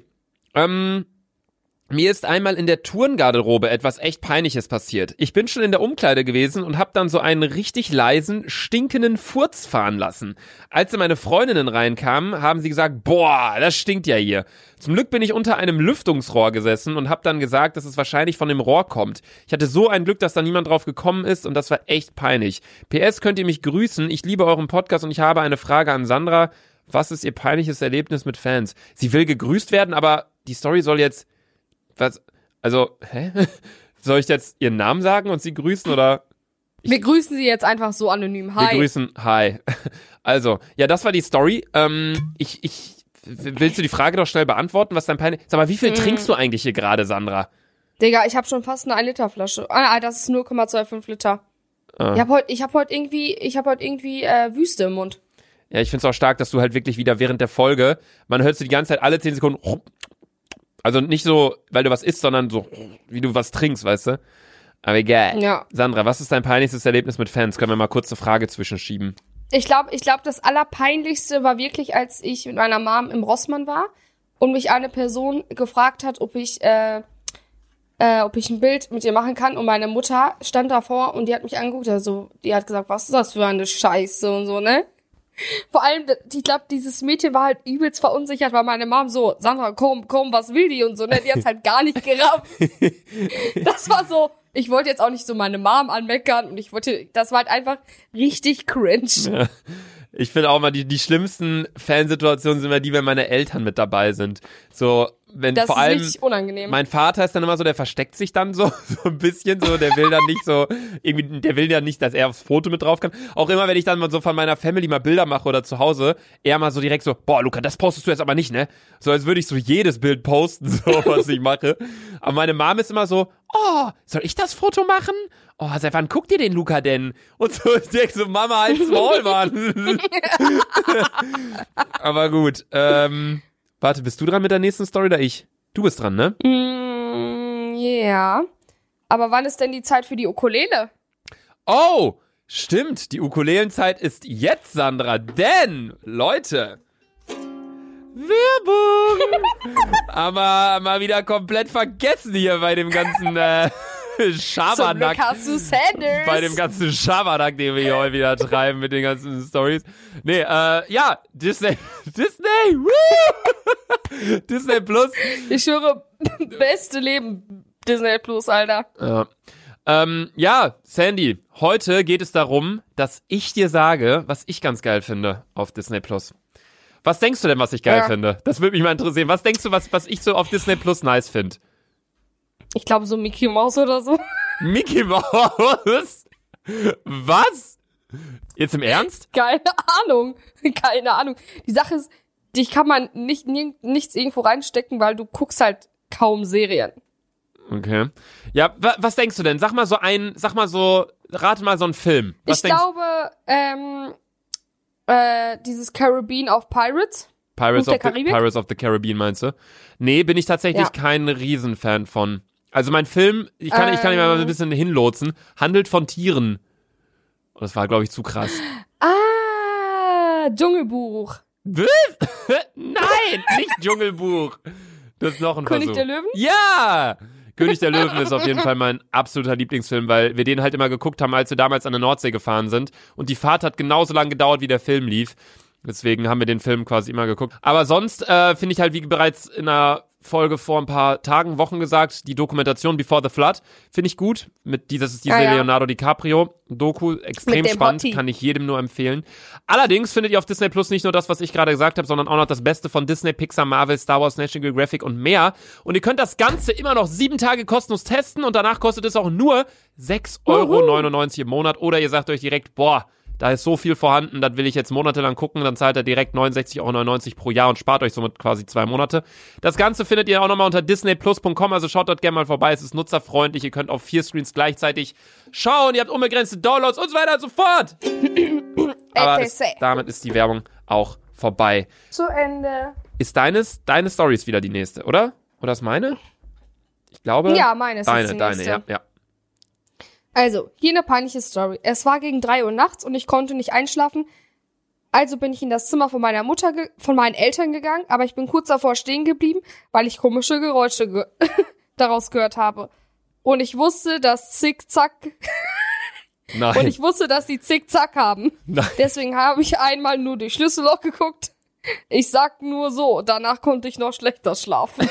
Mir ist einmal in der Turngarderobe etwas echt Peinliches passiert. Ich bin schon in der Umkleide gewesen und hab dann so einen richtig leisen, stinkenden Furz fahren lassen. Als dann meine Freundinnen reinkamen, haben sie gesagt, boah, das stinkt ja hier. Zum Glück bin ich unter einem Lüftungsrohr gesessen und hab dann gesagt, dass es wahrscheinlich von dem Rohr kommt. Ich hatte so ein Glück, dass da niemand drauf gekommen ist und das war echt peinlich. PS, könnt ihr mich grüßen? Ich liebe euren Podcast und ich habe eine Frage an Sandra. Was ist ihr peinliches Erlebnis mit Fans? Sie will gegrüßt werden, aber die Story soll jetzt... Was? Also, hä? Soll ich jetzt ihren Namen sagen und sie grüßen oder? Wir grüßen sie jetzt einfach so anonym. Hi. Wir grüßen, hi. Also, ja, das war die Story. Willst du die Frage doch schnell beantworten, was dein Peinlich... Sag mal, wie viel trinkst du eigentlich hier gerade, Sandra? Digga, ich habe schon fast eine 1-Liter-Flasche. Das ist 0,25 Liter. Ich hab heute irgendwie Wüste im Mund. Ja, ich find's auch stark, dass du halt wirklich wieder während der Folge, man hört so die ganze Zeit alle 10 Sekunden... Also nicht so, weil du was isst, sondern so, wie du was trinkst, weißt du? Aber egal. Ja. Sandra, was ist dein peinlichstes Erlebnis mit Fans? Können wir mal kurz eine Frage zwischenschieben? Ich glaube, das Allerpeinlichste war wirklich, als ich mit meiner Mom im Rossmann war und mich eine Person gefragt hat, ob ich ein Bild mit ihr machen kann. Und meine Mutter stand davor und die hat mich angeguckt. Also, die hat gesagt, was ist das für eine Scheiße und so, ne? Vor allem, ich glaube, dieses Mädchen war halt übelst verunsichert, weil meine Mom so, Sandra, komm, was will die und so, ne? Die hat's halt gar nicht gerafft. Das war so, ich wollte jetzt auch nicht so meine Mom anmeckern und das war halt einfach richtig cringe. Ja. Ich finde auch mal, die schlimmsten Fansituationen sind immer die, wenn meine Eltern mit dabei sind. So, wenn das vor allem ist richtig unangenehm. Mein Vater ist dann immer so, der versteckt sich dann so ein bisschen so, der will dann nicht so, irgendwie, der will ja nicht, dass er aufs Foto mit drauf kann. Auch immer, wenn ich dann mal so von meiner Family mal Bilder mache oder zu Hause, er mal so direkt so, boah, Luca, das postest du jetzt aber nicht, ne? So, als würde ich so jedes Bild posten, so, was ich mache. Aber meine Mom ist immer so, oh, soll ich das Foto machen? Oh, seit wann guckt ihr den Luca denn? Und so, ich denke so, Mama, halt's Maul, Mann. Aber gut, warte, bist du dran mit der nächsten Story oder ich? Du bist dran, ne? Ja. Aber wann ist denn die Zeit für die Ukulele? Oh, stimmt. Die Ukulelenzeit ist jetzt, Sandra. Denn, Leute, Werbung! Aber mal wieder komplett vergessen hier bei dem ganzen Schabernack. Hast du Sanders. Bei dem ganzen Schabernack, den wir hier heute wieder treiben mit den ganzen Stories. Nee, ja, Disney, woo! Disney Plus. Ich schwöre, beste Leben, Disney Plus, Alter. Ja, Sandy, heute geht es darum, dass ich dir sage, was ich ganz geil finde auf Disney Plus. Was denkst du denn, was ich geil finde? Das würde mich mal interessieren. Was denkst du, was ich so auf Disney Plus nice finde? Ich glaube so Mickey Mouse oder so. Mickey Mouse? Was? Jetzt im Ernst? Keine Ahnung. Keine Ahnung. Die Sache ist, dich kann man nichts irgendwo reinstecken, weil du guckst halt kaum Serien. Okay. Ja, was denkst du denn? Rate mal so einen Film. Was ich glaube, dieses Caribbean of Pirates. Pirates of the Caribbean meinst du? Nee, bin ich tatsächlich kein Riesenfan von. Also mein Film, ich kann ihn mal ein bisschen hinlotsen, handelt von Tieren. Und das war, glaube ich, zu krass. Dschungelbuch. Was? Nein, nicht Dschungelbuch. Das ist noch ein König Versuch. der Löwen? Ja! König der Löwen ist auf jeden Fall mein absoluter Lieblingsfilm, weil wir den halt immer geguckt haben, als wir damals an der Nordsee gefahren sind. Und die Fahrt hat genauso lange gedauert, wie der Film lief. Deswegen haben wir den Film quasi immer geguckt. Aber sonst finde ich halt, wie bereits in einer Folge vor ein paar Tagen, Wochen gesagt, die Dokumentation Before the Flood finde ich gut. Das ist diese Leonardo DiCaprio Doku, extrem spannend, Hottie. kann ich jedem nur empfehlen. Allerdings findet ihr auf Disney Plus nicht nur das, was ich gerade gesagt habe, sondern auch noch das Beste von Disney, Pixar, Marvel, Star Wars, National Geographic und mehr. Und ihr könnt das Ganze immer noch 7 Tage kostenlos testen und danach kostet es auch nur 6,99 € im Monat. Oder ihr sagt euch direkt, boah, da ist so viel vorhanden, das will ich jetzt monatelang gucken, dann zahlt er direkt 69,99 € pro Jahr und spart euch somit quasi 2 Monate. Das Ganze findet ihr auch nochmal unter disneyplus.com, also schaut dort gerne mal vorbei, es ist nutzerfreundlich, ihr könnt auf 4 Screens gleichzeitig schauen, ihr habt unbegrenzte Downloads und so weiter und so fort. Aber damit ist die Werbung auch vorbei. Zu Ende. Ist deine Story ist wieder die nächste, oder? Oder ist meine? Ich glaube. Ja, meine ist deine, die nächste. ja. Also, hier eine peinliche Story. Es war gegen 3 Uhr nachts und ich konnte nicht einschlafen. Also bin ich in das Zimmer von von meinen Eltern gegangen, aber ich bin kurz davor stehen geblieben, weil ich komische Geräusche daraus gehört habe. Und ich wusste, dass Zickzack... Nein. Und ich wusste, dass die Zickzack haben. Nein. Deswegen habe ich einmal nur durch Schlüsselloch geguckt. Ich sag nur so, danach konnte ich noch schlechter schlafen.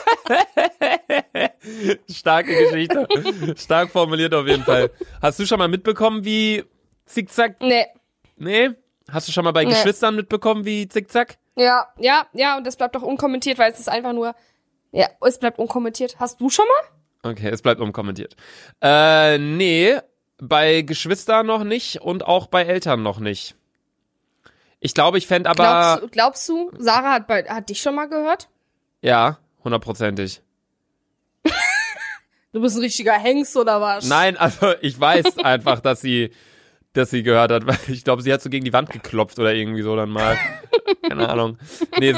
Starke Geschichte. Stark formuliert auf jeden Fall. Hast du schon mal mitbekommen, wie Zickzack... Nee? Hast du schon mal bei Geschwistern mitbekommen, wie Zickzack? Ja, und das bleibt doch unkommentiert, weil es ist einfach nur... Ja, es bleibt unkommentiert. Hast du schon mal? Okay, es bleibt unkommentiert. Nee, bei Geschwistern noch nicht und auch bei Eltern noch nicht. Ich glaube, ich fände aber... Glaubst du, Sarah hat dich schon mal gehört? Ja, 100%. Du bist ein richtiger Hengst oder was? Nein, also ich weiß einfach, dass sie gehört hat, weil ich glaube, sie hat so gegen die Wand geklopft oder irgendwie so dann mal. Keine Ahnung. Nee,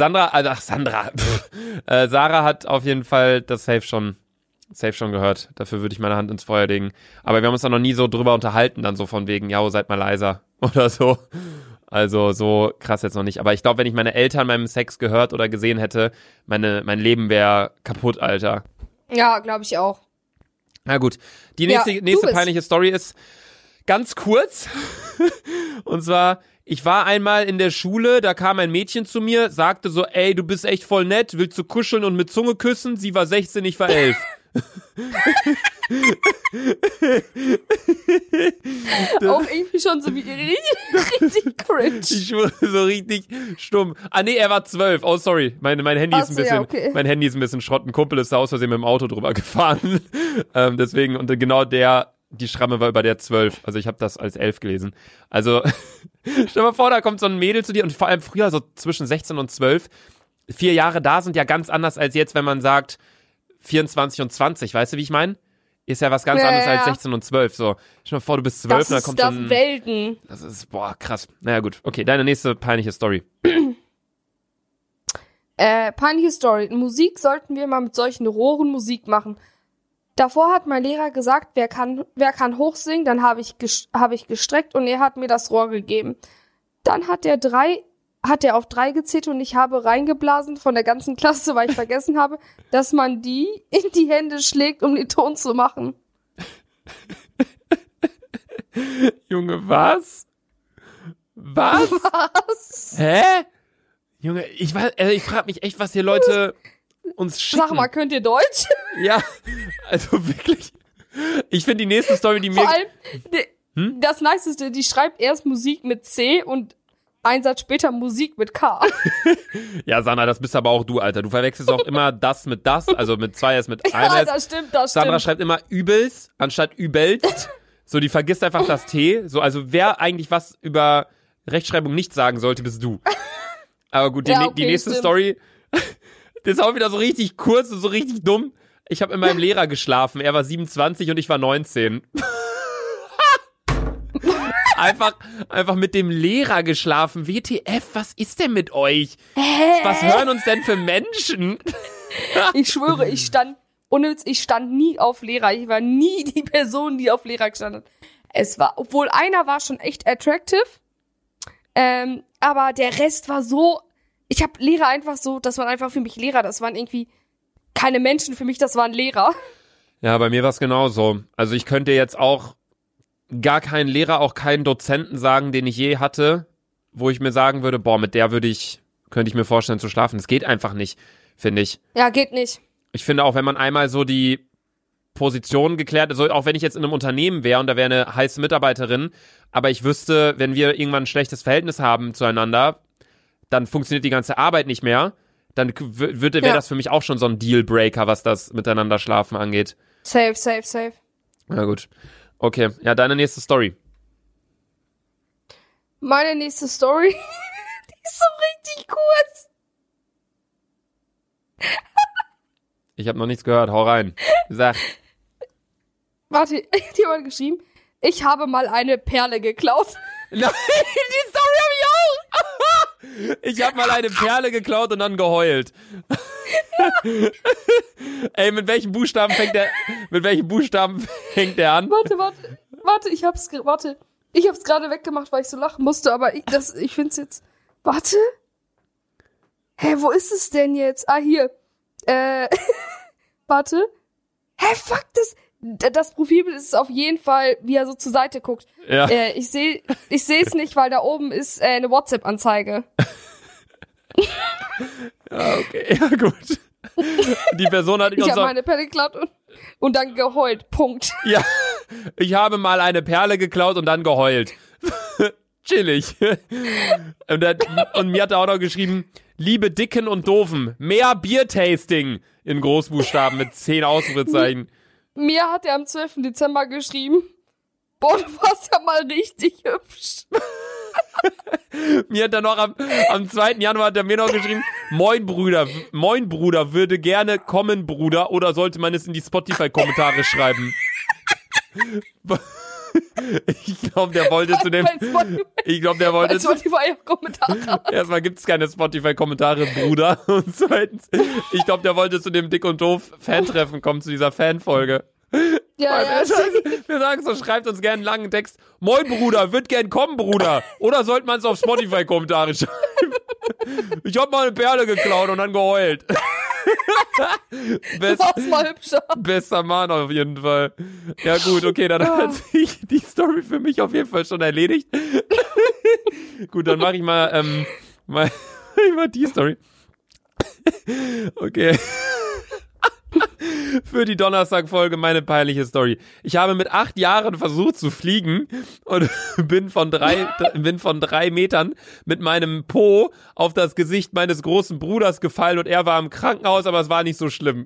Sarah hat auf jeden Fall das safe schon gehört. Dafür würde ich meine Hand ins Feuer legen. Aber wir haben uns da noch nie so drüber unterhalten, dann so von wegen, ja, seid mal leiser oder so. Also so krass jetzt noch nicht. Aber ich glaube, wenn ich meine Eltern beim Sex gehört oder gesehen hätte, mein Leben wäre kaputt, Alter. Ja, glaube ich auch. Na gut. Die nächste peinliche Story ist ganz kurz. Und zwar, ich war einmal in der Schule, da kam ein Mädchen zu mir, sagte so, ey, du bist echt voll nett, willst du kuscheln und mit Zunge küssen? Sie war 16, ich war 11. Auch irgendwie mich schon so wie richtig cringe. Ich schwöre, so richtig stumm. Ah, nee, er war 12. Oh, sorry. Mein Handy ist ein bisschen, mein Handy ist ein bisschen Schrott. Ein Kumpel ist da aus Versehen mit dem Auto drüber gefahren. Deswegen, und genau die Schramme war über der 12. Also ich habe das als 11 gelesen. Also, stell dir mal vor, da kommt so ein Mädel zu dir und vor allem früher so zwischen 16 und 12. 4 Jahre da sind ja ganz anders als jetzt, wenn man sagt 24 und 20. Weißt du, wie ich meine? Ist ja was ganz anderes als 16 und 12. So, stell dir mal vor, du bist 12 und dann kommt das Welten. Das ist, boah, krass. Naja, gut. Okay, deine nächste peinliche Story. Peinliche Story. In Musik sollten wir mal mit solchen Rohren Musik machen. Davor hat mein Lehrer gesagt, wer kann hochsingen, dann habe ich gestreckt und er hat mir das Rohr gegeben. Dann hat er auf 3 gezählt und ich habe reingeblasen von der ganzen Klasse, weil ich vergessen habe, dass man die in die Hände schlägt, um den Ton zu machen. Junge, was? Was? Hä? Junge, ich frage mich echt, was hier Leute uns schicken. Sag mal, könnt ihr Deutsch? Ja, also wirklich. Ich finde die nächste Story, die mir... Vor allem, das Niceste, die schreibt erst Musik mit C und einen Satz später Musik mit K. Ja, Sandra, das bist aber auch du, Alter. Du verwechselst auch immer das mit das, also mit 2S mit 1S. Ja, das stimmt. Sandra schreibt immer übelst anstatt übelst. So, die vergisst einfach das T. So, also wer eigentlich was über Rechtschreibung nicht sagen sollte, bist du. Aber gut, die nächste Story, das ist auch wieder so richtig kurz und so richtig dumm. Ich habe mit meinem Lehrer geschlafen. Er war 27 und ich war 19. Einfach mit dem Lehrer geschlafen. WTF, was ist denn mit euch? Was hören uns denn für Menschen? Ich schwöre, ich stand nie auf Lehrer. Ich war nie die Person, die auf Lehrer gestanden hat. Obwohl einer war schon echt attractive, aber der Rest war so, ich habe Lehrer einfach so, das waren einfach für mich Lehrer, das waren irgendwie keine Menschen für mich, das waren Lehrer. Ja, bei mir war es genauso. Also ich könnte jetzt auch gar keinen Lehrer, auch keinen Dozenten sagen, den ich je hatte, wo ich mir sagen würde, boah, mit der könnte ich mir vorstellen zu schlafen. Das geht einfach nicht, finde ich. Ja, geht nicht. Ich finde auch, wenn man einmal so die Position geklärt, also auch wenn ich jetzt in einem Unternehmen wäre und da wäre eine heiße Mitarbeiterin, aber ich wüsste, wenn wir irgendwann ein schlechtes Verhältnis haben zueinander, dann funktioniert die ganze Arbeit nicht mehr, dann wäre das für mich auch schon so ein Dealbreaker, was das Miteinander schlafen angeht. Safe. Na gut. Okay, ja, deine nächste Story. Meine nächste Story, die ist so richtig kurz. Ich habe noch nichts gehört, hau rein. Sag. Warte, die hat geschrieben, ich habe mal eine Perle geklaut. Nein, die Story habe ich auch. Ich habe mal eine Perle geklaut und dann geheult. Ja. Ey, mit welchen Buchstaben fängt der an? Warte, ich hab's gerade weggemacht, weil ich so lachen musste, aber ich find's jetzt, warte. Hä, wo ist es denn jetzt? Ah, hier. Warte. Hä, fuck, das Profilbild ist auf jeden Fall, wie er so zur Seite guckt. Ja. Ich sehe es nicht, weil da oben ist eine WhatsApp-Anzeige. Ja, okay, ja gut. Die Person hat ich habe meine Perle geklaut und dann geheult. Punkt. Ja, ich habe mal eine Perle geklaut und dann geheult. Chillig. Und mir hat er auch noch geschrieben, liebe Dicken und Doofen, mehr Biertasting in Großbuchstaben mit 10 Ausrufezeichen. Mir hat er am 12. Dezember geschrieben, boah, du warst ja mal richtig hübsch. Mir hat er noch am 2. Januar hat er mir noch geschrieben, Moin Bruder, würde gerne kommen, Bruder, oder sollte man es in die Spotify-Kommentare schreiben? Ich glaube, der wollte zu dem... Spotify-Kommentare. Erstmal gibt es keine Spotify-Kommentare, Bruder. Und zweitens, ich glaube, der wollte zu dem Dick und Doof Fan-Treffen kommen, zu dieser Fan-Folge. Ja. Wir sagen so, schreibt uns gerne einen langen Text. Moin, Bruder, würd gern kommen, Bruder. Oder sollte man es auf Spotify-Kommentare schreiben? Ich hab mal eine Perle geklaut und dann geheult. Du warst mal hübscher. Bester Mann auf jeden Fall. Ja gut, okay, dann hat sich die Story für mich auf jeden Fall schon erledigt. Gut, dann mache ich mal die Story. Okay. Für die Donnerstag-Folge meine peinliche Story. Ich habe mit 8 Jahren versucht zu fliegen und bin von 3 Metern mit meinem Po auf das Gesicht meines großen Bruders gefallen und er war im Krankenhaus, aber es war nicht so schlimm.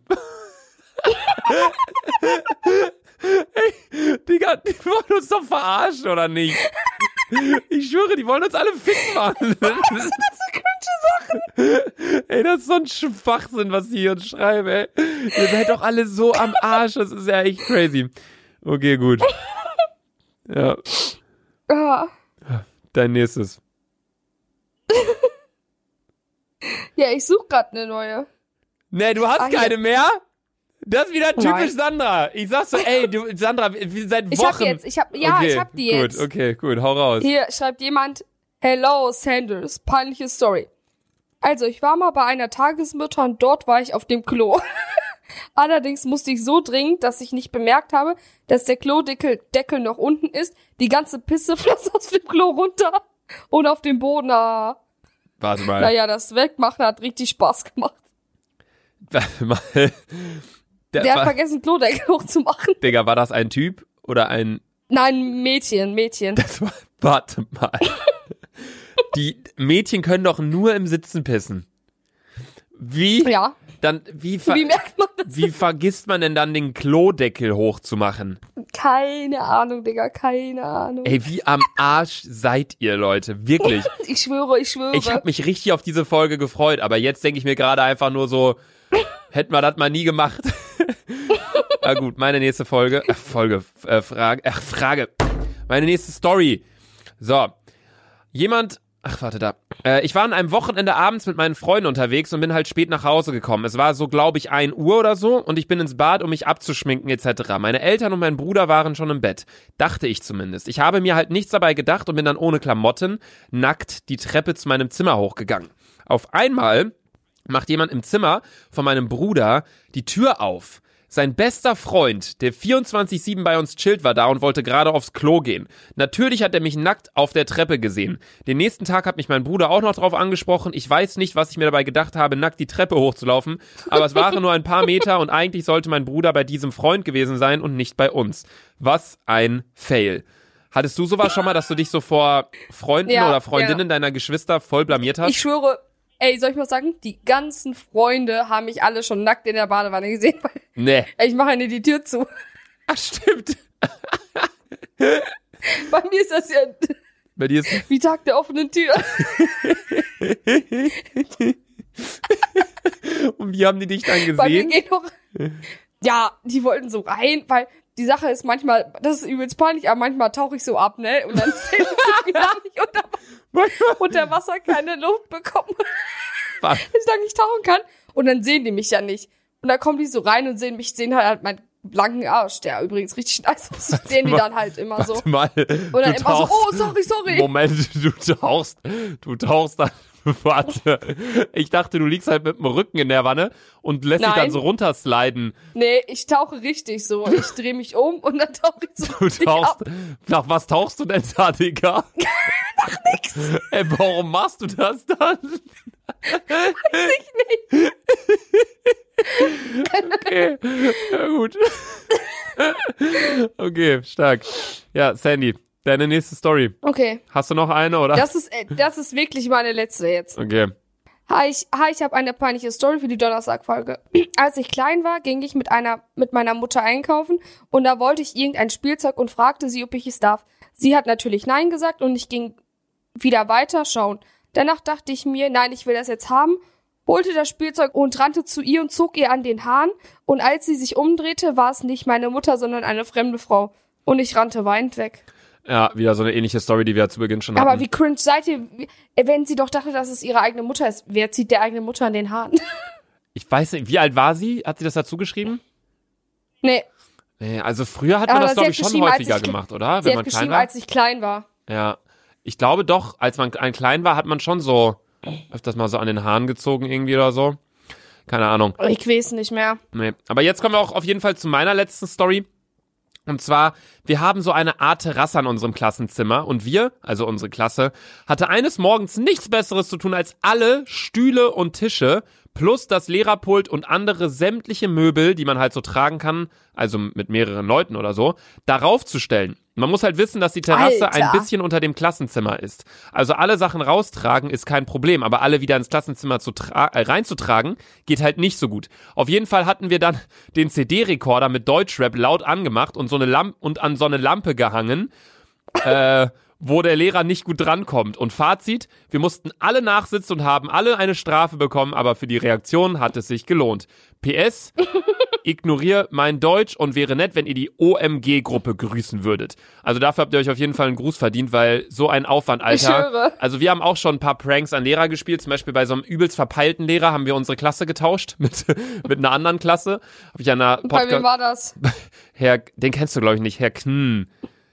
Ey, Digga, die wollen uns doch verarschen, oder nicht? Ich schwöre, die wollen uns alle ficken machen. Was sind das für cringe Sachen? Ey, das ist so ein Schwachsinn, was die hier uns schreiben, ey. Ihr seid doch alle so am Arsch, das ist ja echt crazy. Okay, gut. Ja. Ja. Dein nächstes. Ja, ich suche gerade eine neue. Nee, du hast keine mehr? Das ist wieder typisch Nein. Sandra. Ich sag so, ey, du, Sandra, seit Wochen. Ich hab die jetzt. Gut, hau raus. Hier schreibt jemand, Hello Sanders, peinliche Story. Also, ich war mal bei einer Tagesmutter und dort war ich auf dem Klo. Allerdings musste ich so dringend, dass ich nicht bemerkt habe, dass der Klodeckel noch unten ist. Die ganze Pisse floss aus dem Klo runter und auf dem Boden. Warte mal. Naja, das Wegmachen hat richtig Spaß gemacht. Warte mal. Der hat vergessen, Klodeckel hochzumachen. Digga, war das ein Typ oder ein... Nein, Mädchen. Warte mal. Die Mädchen können doch nur im Sitzen pissen. Wie? Ja. Dann, wie merkt man das? Wie vergisst man denn dann den Klodeckel hochzumachen? Keine Ahnung, Digga, keine Ahnung. Ey, wie am Arsch seid ihr, Leute? Wirklich. Ich schwöre. Ich habe mich richtig auf diese Folge gefreut, aber jetzt denke ich mir gerade einfach nur so, hätten wir das mal nie gemacht. Na gut, meine nächste Frage. Meine nächste Story. So. Ich war an einem Wochenende abends mit meinen Freunden unterwegs und bin halt spät nach Hause gekommen. Es war so, glaube ich, 1 Uhr oder so und ich bin ins Bad, um mich abzuschminken etc. Meine Eltern und mein Bruder waren schon im Bett. Dachte ich zumindest. Ich habe mir halt nichts dabei gedacht und bin dann ohne Klamotten, nackt, die Treppe zu meinem Zimmer hochgegangen. Auf einmal macht jemand im Zimmer von meinem Bruder die Tür auf. Sein bester Freund, der 24/7 bei uns chillt, war da und wollte gerade aufs Klo gehen. Natürlich hat er mich nackt auf der Treppe gesehen. Den nächsten Tag hat mich mein Bruder auch noch drauf angesprochen. Ich weiß nicht, was ich mir dabei gedacht habe, nackt die Treppe hochzulaufen, aber es waren nur ein paar Meter und eigentlich sollte mein Bruder bei diesem Freund gewesen sein und nicht bei uns. Was ein Fail. Hattest du sowas schon mal, dass du dich so vor Freunden oder Freundinnen deiner Geschwister voll blamiert hast? Ich schwöre, ey, soll ich mal sagen, die ganzen Freunde haben mich alle schon nackt in der Badewanne gesehen, weil ich mache ihnen die Tür zu. Ach, stimmt. Bei mir ist das ja bei dir ist wie Tag der offenen Tür. Und wie haben die dich dann gesehen? Bei mir geht noch, ja, die wollten so rein, weil die Sache ist manchmal, das ist übelst peinlich, aber manchmal tauche ich so ab, ne? Und dann zähle ich wieder nicht unter Wasser keine Luft bekommen. Was? Dass ich dann nicht tauchen kann. Und dann sehen die mich ja nicht. Und dann kommen die so rein und sehen halt meinen blanken Arsch, der übrigens richtig nice ist. Sehen die dann halt immer so. Warte mal, und dann immer so, oh, sorry. Moment, du tauchst dann. Warte, ich dachte, du liegst halt mit dem Rücken in der Wanne und lässt dich dann so runtersliden. Nee, ich tauche richtig so. Ich drehe mich um und dann tauche ich so richtig ab. Nach was tauchst du denn da, Digga? Nach nix. Ey, warum machst du das dann? Weiß ich nicht. Okay, ja gut. Okay, stark. Ja, Sandy. Deine nächste Story. Okay. Hast du noch eine, oder? Das ist wirklich meine letzte jetzt. Okay. Hi, ich habe eine peinliche Story für die Donnerstag-Folge. Als ich klein war, ging ich mit meiner Mutter einkaufen und da wollte ich irgendein Spielzeug und fragte sie, ob ich es darf. Sie hat natürlich nein gesagt und ich ging wieder weiter schauen. Danach dachte ich mir, nein, ich will das jetzt haben, holte das Spielzeug und rannte zu ihr und zog ihr an den Haaren und als sie sich umdrehte, war es nicht meine Mutter, sondern eine fremde Frau. Und ich rannte weinend weg. Ja, wieder so eine ähnliche Story, die wir ja zu Beginn schon hatten. Aber wie cringe seid ihr, wenn sie doch dachte, dass es ihre eigene Mutter ist? Wer zieht der eigene Mutter an den Haaren? Ich weiß nicht, wie alt war sie? Hat sie das dazu geschrieben? Nee. Nee, also früher hat man das, glaube ich, schon häufiger gemacht, oder? Sie hat geschrieben, als ich klein war. Ja. Ich glaube doch, als man klein war, hat man schon so öfters mal so an den Haaren gezogen irgendwie oder so. Keine Ahnung. Ich weiß nicht mehr. Nee. Aber jetzt kommen wir auch auf jeden Fall zu meiner letzten Story. Und zwar, wir haben so eine Art Terrasse an unserem Klassenzimmer und wir, also unsere Klasse, hatte eines Morgens nichts Besseres zu tun, als alle Stühle und Tische plus das Lehrerpult und andere sämtliche Möbel, die man halt so tragen kann, also mit mehreren Leuten oder so, darauf zu stellen. Man muss halt wissen, dass die Terrasse ein bisschen unter dem Klassenzimmer ist. Also alle Sachen raustragen ist kein Problem, aber alle wieder ins Klassenzimmer reinzutragen, geht halt nicht so gut. Auf jeden Fall hatten wir dann den CD-Rekorder mit Deutschrap laut angemacht und an so eine Lampe gehangen, wo der Lehrer nicht gut drankommt. Und Fazit, wir mussten alle nachsitzen und haben alle eine Strafe bekommen, aber für die Reaktion hat es sich gelohnt. PS, ignoriere mein Deutsch und wäre nett, wenn ihr die OMG-Gruppe grüßen würdet. Also dafür habt ihr euch auf jeden Fall einen Gruß verdient, weil so ein Aufwand, Alter. Ich höre. Also wir haben auch schon ein paar Pranks an Lehrer gespielt, zum Beispiel bei so einem übelst verpeilten Lehrer haben wir unsere Klasse getauscht mit einer anderen Klasse. Hab ich an einer Bei wem war das? Den kennst du, glaube ich, nicht. Herr Knie.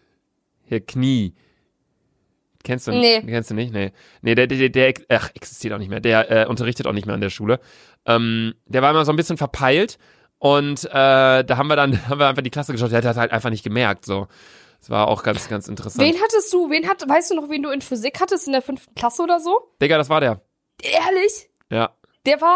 Kennst du nicht? Nee. Kennst du nicht? Nee, der existiert auch nicht mehr. Der unterrichtet auch nicht mehr an der Schule. Der war immer so ein bisschen verpeilt und da haben wir einfach die Klasse geschaut. Der hat das halt einfach nicht gemerkt, so. Das war auch ganz, ganz interessant. Weißt du noch, wen du in Physik hattest in der 5. Klasse oder so? Digga, das war der. Ehrlich? Ja. Der war,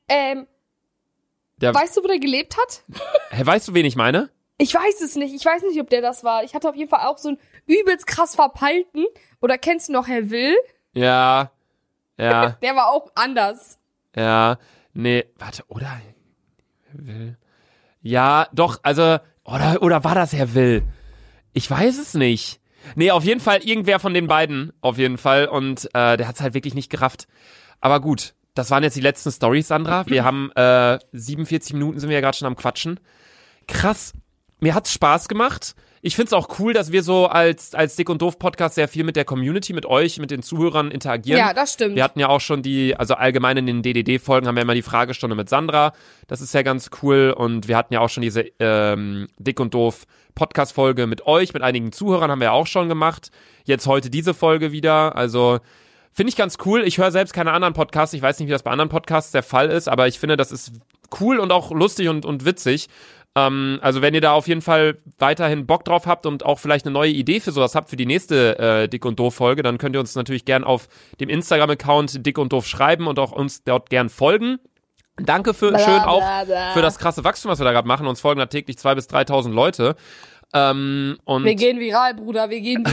weißt du, wo der gelebt hat? Hey, weißt du, wen ich meine? Ich weiß es nicht. Ich weiß nicht, ob der das war. Ich hatte auf jeden Fall auch so einen übelst krass verpeilten. Oder kennst du noch Herr Will? Ja. Der war auch anders. Ja. Nee, warte, oder? Will. Ja, doch, also, oder war das Herr Will? Ich weiß es nicht. Nee, auf jeden Fall irgendwer von den beiden, auf jeden Fall. Und der hat's halt wirklich nicht gerafft. Aber gut, das waren jetzt die letzten Storys, Sandra. Wir haben 47 Minuten sind wir ja gerade schon am Quatschen. Krass. Mir hat's Spaß gemacht. Ich find's auch cool, dass wir so als Dick und Doof Podcast sehr viel mit der Community, mit euch, mit den Zuhörern interagieren. Ja, das stimmt. Wir hatten ja auch schon also allgemein in den DDD-Folgen haben wir immer die Fragestunde mit Sandra. Das ist ja ganz cool. Und wir hatten ja auch schon diese Dick und Doof Podcast-Folge mit euch, mit einigen Zuhörern haben wir ja auch schon gemacht. Jetzt heute diese Folge wieder. Also finde ich ganz cool. Ich höre selbst keine anderen Podcasts. Ich weiß nicht, wie das bei anderen Podcasts der Fall ist, aber ich finde, das ist cool und auch lustig und witzig. Also wenn ihr da auf jeden Fall weiterhin Bock drauf habt und auch vielleicht eine neue Idee für sowas habt für die nächste Dick und Doof Folge, dann könnt ihr uns natürlich gern auf dem Instagram-Account Dick und Doof schreiben und auch uns dort gern folgen. Danke schön auch für das krasse Wachstum, was wir da gerade machen. Uns folgen da täglich 2.000 bis 3.000 Leute. Und wir gehen viral, Bruder, wir gehen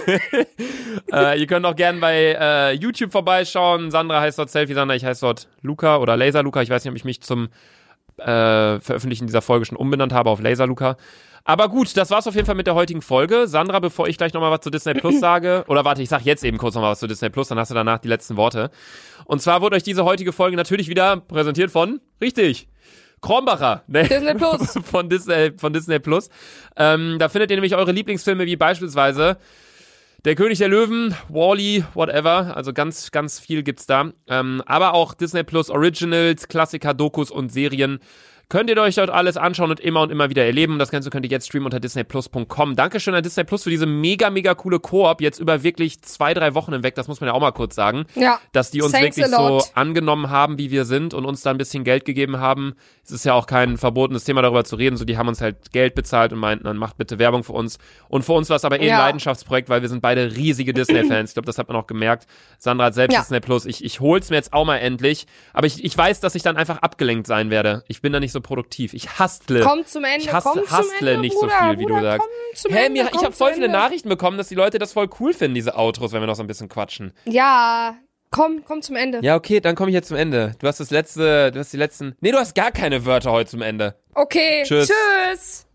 viral. Ihr könnt auch gern bei YouTube vorbeischauen. Sandra heißt dort Selfie Sandra, ich heiße dort Luca oder Laser Luca. Ich weiß nicht, ob ich mich zum Veröffentlichen dieser Folge schon umbenannt habe auf Laser Luca. Aber gut, das war's auf jeden Fall mit der heutigen Folge. Sandra, bevor ich gleich nochmal was zu Disney Plus sage, oder warte, ich sag jetzt eben kurz nochmal was zu Disney Plus, dann hast du danach die letzten Worte. Und zwar wurde euch diese heutige Folge natürlich wieder präsentiert von, richtig, Kronbacher. Disney Plus. von Disney Plus. Da findet ihr nämlich eure Lieblingsfilme wie beispielsweise Der König der Löwen, Wall-E, whatever, also ganz, ganz viel gibt's da. Aber auch Disney Plus Originals, Klassiker, Dokus und Serien. Könnt ihr euch dort alles anschauen und immer wieder erleben. Und das Ganze könnt ihr jetzt streamen unter disneyplus.com. Dankeschön an Disney Plus für diese mega, mega coole Koop jetzt über wirklich 2-3 Wochen hinweg. Das muss man ja auch mal kurz sagen. Ja. Dass die uns wirklich so angenommen haben, wie wir sind und uns da ein bisschen Geld gegeben haben. Es ist ja auch kein verbotenes Thema, darüber zu reden. So, die haben uns halt Geld bezahlt und meinten, dann macht bitte Werbung für uns. Und für uns war es aber ein Leidenschaftsprojekt, weil wir sind beide riesige Disney-Fans. Ich glaube, das hat man auch gemerkt. Sandra hat selbst Disney Plus. Ich hol's mir jetzt auch mal endlich. Aber ich weiß, dass ich dann einfach abgelenkt sein werde. Ich bin da nicht so produktiv. Ich hustle. Komm zum Ende, ich hustle nicht Bruder, so viel, wie Bruder, du sagst. Ich habe voll viele Nachrichten bekommen, dass die Leute das voll cool finden, diese Outros, wenn wir noch so ein bisschen quatschen. Ja, komm zum Ende. Ja, okay, dann komme ich jetzt zum Ende. Du hast die letzten. Nee, du hast gar keine Wörter heute zum Ende. Okay, tschüss.